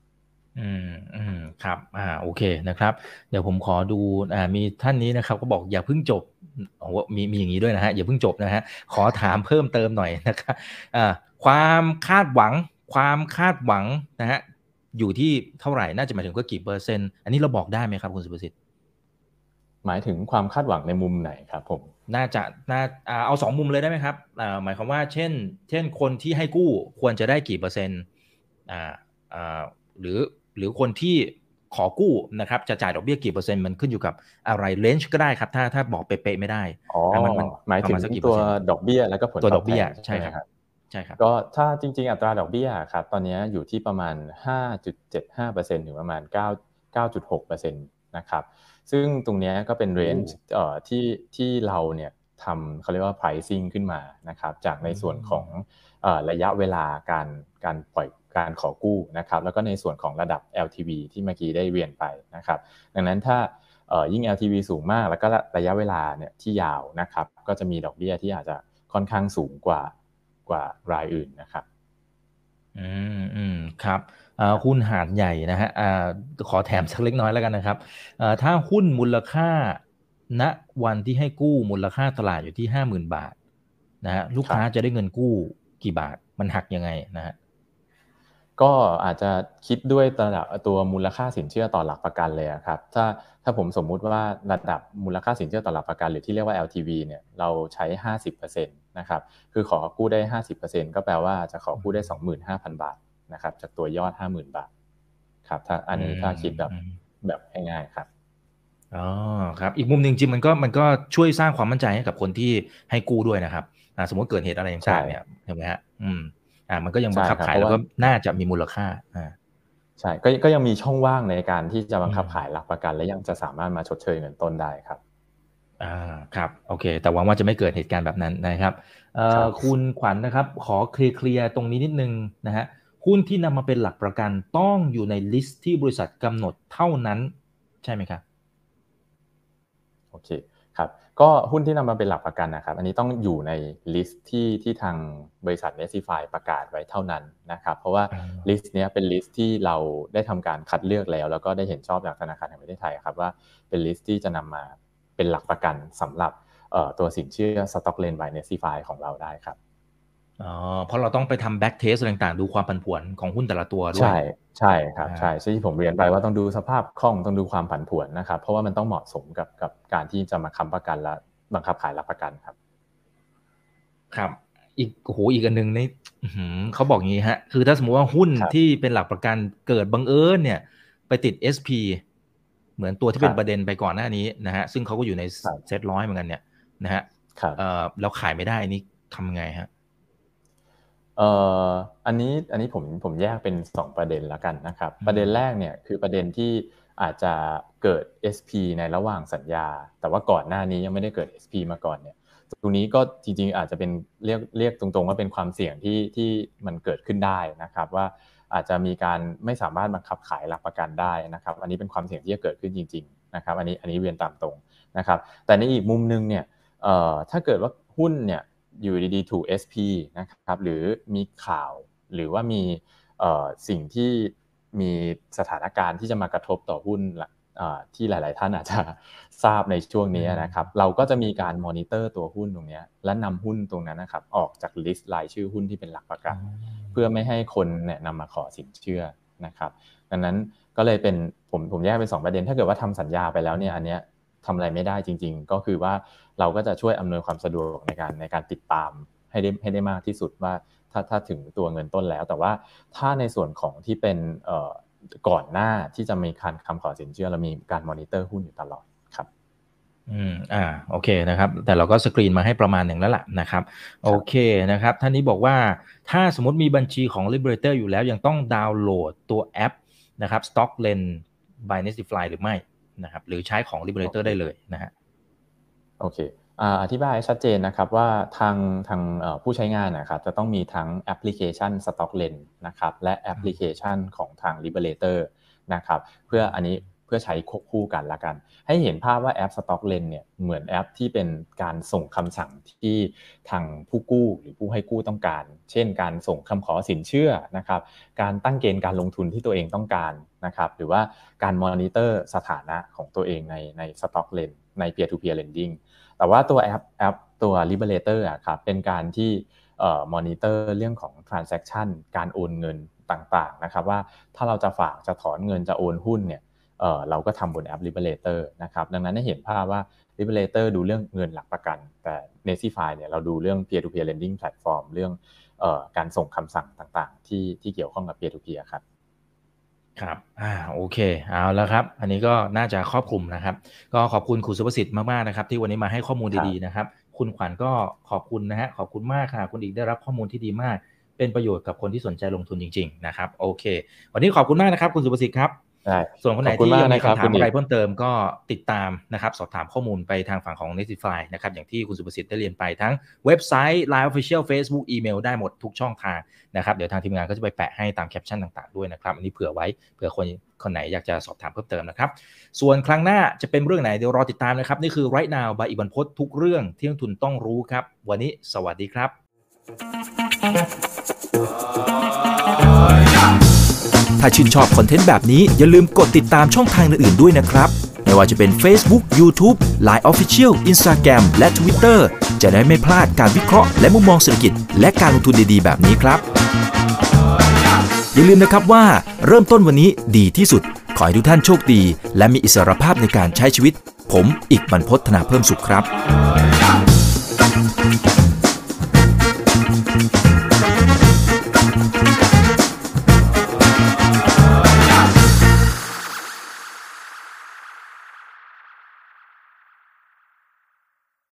ครับโอเคนะครับเดี๋ยวผมขอดูมีท่านนี้นะครับก็บอกอย่าเพิ่งจบโอ้โหมีอย่างนี้ด้วยนะฮะอย่าเพิ่งจบนะฮะขอถามเพิ่มเติมหน่อยนะครับความคาดหวังนะฮะอยู่ที่เท่าไหร่น่าจะหมายถึงก็กี่เปอร์เซ็นต์อันนี้เราบอกได้ไหมครับคุณสุภสิทธิ์หมายถึงความคาดหวังในมุมไหนครับผมน่าเอา2มุมเลยได้ไหมครับหมายความว่าเช่นคนที่ให้กู้ควรจะได้กี่เปอร์เซ็นต์หรือคนที่ขอกู้นะครับจะจ่ายดอกเบี้ยกี่เปอร์เซ็นต์มันขึ้นอยู่กับอะไรเลนจ์ก็ได้ครับถ้าบอกเป๊ะๆไม่ได้มันหมายถึงตัวดอกเบี้ยแล้วก็ผลตอบแทนใช่ครับใช่ครับก็ถ้าจริงๆอัตราดอกเบี้ยครับตอนนี้อยู่ที่ประมาณ 5.75% ถึงประมาณ 9.6% นะครับซึ่งตรงนี้ก็เป็นเรนจ์ที่เราเนี่ยทำเขาเรียกว่า pricing ขึ้นมานะครับจากในส่วนของระยะเวลาการปล่อยการขอกู้นะครับแล้วก็ในส่วนของระดับ LTV ที่เมื่อกี้ได้เรียนไปนะครับดังนั้นถ้ายิ่ง LTV สูงมากแล้วก็ระยะเวลาเนี่ยที่ยาวนะครับก็จะมีดอกเบี้ยที่อาจจะค่อนข้างสูงกว่ารายอื่นนะครับครับหุ้นหาดใหญ่นะฮะขอแถมสักเล็กน้อยแล้วกันนะครับถ้าหุ้นมูลค่าณวันที่ให้กู้มูลค่าตลาดอยู่ที่ 50,000 บาทนะฮะลูกค้าจะได้เงินกู้กี่บาทมันหักยังไงนะฮะก็อาจจะคิดด้วยระดับตัวมูลค่าสินเชื่อต่อหลักประกันเลยครับถ้าผมสมมุติว่าระดับมูลค่าสินเชื่อต่อหลักประกันหรือที่เรียกว่า LTV เนี่ยเราใช้ 50% นะครับคือขอกู้ได้ 50% ก็แปลว่าจะขอกู้ได้ 25,000 บาทนะครับจากตัวยอด 50,000 บาทครับถ้าอันนี้ถ้าคิดแบบง่ายๆครับครับอีกมุมนึงจริงมันก็ช่วยสร้างความมั่นใจให้กับคนที่ให้กู้ด้วยนะครับสมมติเกิดเหตุอะไรต่างๆเนี่ยใช่ไหมฮะมันก็ยังบังคับขายแล้วก็น่าจะมีมูลค่าใช่ก็ยังมีช่องว่างในการที่จะบังคับขายหลักประกันและยังจะสามารถมาชดเชยเงินต้นได้ครับครับโอเคแต่หวังว่าจะไม่เกิดเหตุการณ์แบบนั้นนะครับคุณขวัญนะครับขอเคลียร์ตรงนี้นิดนึงนะฮะหุ้นที่นำมาเป็นหลักประกันต้องอยู่ในลิสต์ที่บริษัทกำหนดเท่านั้นใช่ไหมครับโอเคครับก็หุ้นที่นำมาเป็นหลักประกันนะครับอันนี้ต้องอยู่ในลิสต์ที่ทางบริษัท Nexify ประกาศไว้เท่านั้นนะครับเพราะว่าลิสต์นี้เป็นลิสต์ที่เราได้ทำการคัดเลือกแล้วก็ได้เห็นชอบจากธนาคารแห่งประเทศไทยครับว่าเป็นลิสต์ที่จะนำมาเป็นหลักประกันสำหรับตัวสินเชื่อ Stock Lend by Nexify ของเราได้ครับเพราะเราต้องไปทำแบ็กเทสต่างๆดูความผันผวนของหุ้นแต่ละตัวด้วยใช่ครับใช่ที่ผมเรียนไปว่าต้องดูสภาพคล่องต้องดูความผันผวนนะครับเพราะว่ามันต้องเหมาะสมกับการที่จะมาค้ำประกันและบังคับขายหลักประกันครับครับอีกอันนึงนี่เขาบอกอย่างนี้ฮะคือถ้าสมมุติว่าหุ้นที่เป็นหลักประกันเกิดบังเอิญเนี่ยไปติด SP เหมือนตัวที่เป็นประเด็นไปก่อนหน้านี้นะฮะซึ่งเขาก็อยู่ในเซ็ต100เหมือนกันเนี่ยนะฮะแล้วขายไม่ได้นี่ทำไงฮะอันนี้ผมแยกเป็น2ประเด็นแล้วกันนะครับประเด็นแรกเนี่ยคือประเด็นที่อาจจะเกิด SP ในระหว่างสัญญาแต่ว่าก่อนหน้านี้ยังไม่ได้เกิด SP มาก่อนเนี่ยตรงนี้ก็จริงๆอาจจะเป็นเรียกตรงๆว่าเป็นความเสี่ยงที่มันเกิดขึ้นได้นะครับว่าอาจจะมีการไม่สามารถบังคับขายหลักประกันได้นะครับอันนี้เป็นความเสี่ยงที่จะเกิดขึ้นจริงๆนะครับอันนี้เรียนตามตรงนะครับแต่ในอีกมุมนึงเนี่ยถ้าเกิดว่าหุ้นเนี่ยอยู่ดีๆถูก SP นะครับหรือมีข่าวหรือว่ามีสิ่งที่มีสถานการณ์ที่จะมากระทบต่อหุ้นที่หลายๆท่านอาจจะทราบในช่วงนี้นะครับเราก็จะมีการมอนิเตอร์ตัวหุ้นตรงนี้และนำหุ้นตรงนั้นนะครับออกจากลิสต์รายชื่อหุ้นที่เป็นหลักประกันเพื่อไม่ให้คนเนี่ยนำมาขอสินเชื่อนะครับดังนั้นก็เลยเป็นผมแยกเป็น2ประเด็นถ้าเกิดว่าทำสัญญาไปแล้วเนี่ยอันเนี้ยทำอะไรไม่ได้จริงๆก็คือว่าเราก็จะช่วยอำนวยความสะดวกในการติดตามให้ได้มากที่สุดว่าถ้าถึงตัวเงินต้นแล้วแต่ว่าถ้าในส่วนของที่เป็นก่อนหน้าที่จะมีคำขอสินเชื่อเรามีการมอนิเตอร์หุ้นอยู่ตลอดครับโอเคนะครับแต่เราก็สกรีนมาให้ประมาณหนึ่งแล้วล่ะนะครับโอเคนะครับท่านนี้บอกว่าถ้าสมมติมีบัญชีของ Liberator อยู่แล้วยังต้องดาวน์โหลดตัวแอปนะครับ Stocklens by Nestify หรือไม่นะครับหรือใช้ของ Liberator ได้เลยนะฮะโอเคอธิบายชัดเจนนะครับว่าทางผู้ใช้งานนะครับจะต้องมีทั้งแอปพลิเคชัน Stocklens นะครับและแอปพลิเคชันของทาง Liberator นะครับเพื่อใช้ควบคู่กันละกันให้เห็นภาพว่าแอป Stocklens เนี่ยเหมือนแอปที่เป็นการส่งคำสั่งที่ทางผู้กู้หรือผู้ให้กู้ต้องการเช่นการส่งคำขอสินเชื่อนะครับการตั้งเกณฑ์การลงทุนที่ตัวเองต้องการนะครับหรือว่าการมอนิเตอร์สถานะของตัวเองใน Stocklens ใน Peer to Peer Lending แต่ว่าตัวแอปตัว Liberator อ่ะครับเป็นการที่มอนิเตอร์เรื่องของ transaction การโอนเงินต่างๆนะครับว่าถ้าเราจะฝากจะถอนเงินจะโอนหุ้นเนี่ยเราก็ทำบนแอป Liberator นะครับดังนั้นให้เห็นภาพว่า Liberator ดูเรื่องเงินหลักประกันแต่ Nestify เนี่ยเราดูเรื่อง Peer to Peer Lending Platform เรื่องการส่งคำสั่งต่างๆที่เกี่ยวข้องกับ Peer to Peer ครับครับโอเคเอาแล้วครับอันนี้ก็น่าจะครอบคลุมนะครับก็ขอบคุณคุณสุภสิทธิ์มากๆนะครับที่วันนี้มาให้ข้อมูลดีๆนะครับคุณขวัญก็ขอบคุณนะฮะขอบคุณมากค่ะคุณอีกได้รับข้อมูลที่ดีมากเป็นประโยชน์กับคนที่สนใจลงทุนจริงๆนะครับโอเควันนี้ขอบคุณมากนะครับคุณสุภสิทธิ์ครับส่วนคนไหนที่ยังมีคำถามอะไรเพิ่มเติมก็ติดตามนะครับสอบถามข้อมูลไปทางฝั่งของ Nestify นะครับอย่างที่คุณสุภสิทธิ์ได้เรียนไปทั้งเว็บไซต์ Line Official Facebook อีเมลได้หมดทุกช่องทางนะครับเดี๋ยวทางทีมงานก็จะไปแปะให้ตามแคปชั่นต่างๆด้วยนะครับอันนี้เผื่อไว้เผื่อคนไหนอยากจะสอบถามเพิ่มเติมนะครับส่วนครั้งหน้าจะเป็นเรื่องไหนเดี๋ยวรอติดตามนะครับนี่คือ Right Now by อีกบรรพตทุกเรื่องที่นักทุนต้องรู้ครับวันนี้สวัสดีครับถ้าชื่นชอบคอนเทนต์แบบนี้อย่าลืมกดติดตามช่องทางอื่นๆด้วยนะครับไม่ว่าจะเป็น Facebook, YouTube, Line Official, Instagram และ Twitter จะได้ไม่พลาดการวิเคราะห์และมุมมองเศรษฐกิจและการลงทุนดีๆแบบนี้ครับอย่าลืมนะครับว่าเริ่มต้นวันนี้ดีที่สุดขอให้ทุกท่านโชคดีและมีอิสรภาพในการใช้ชีวิตผมอีกบรรพต ธนาเพิ่มสุขครับ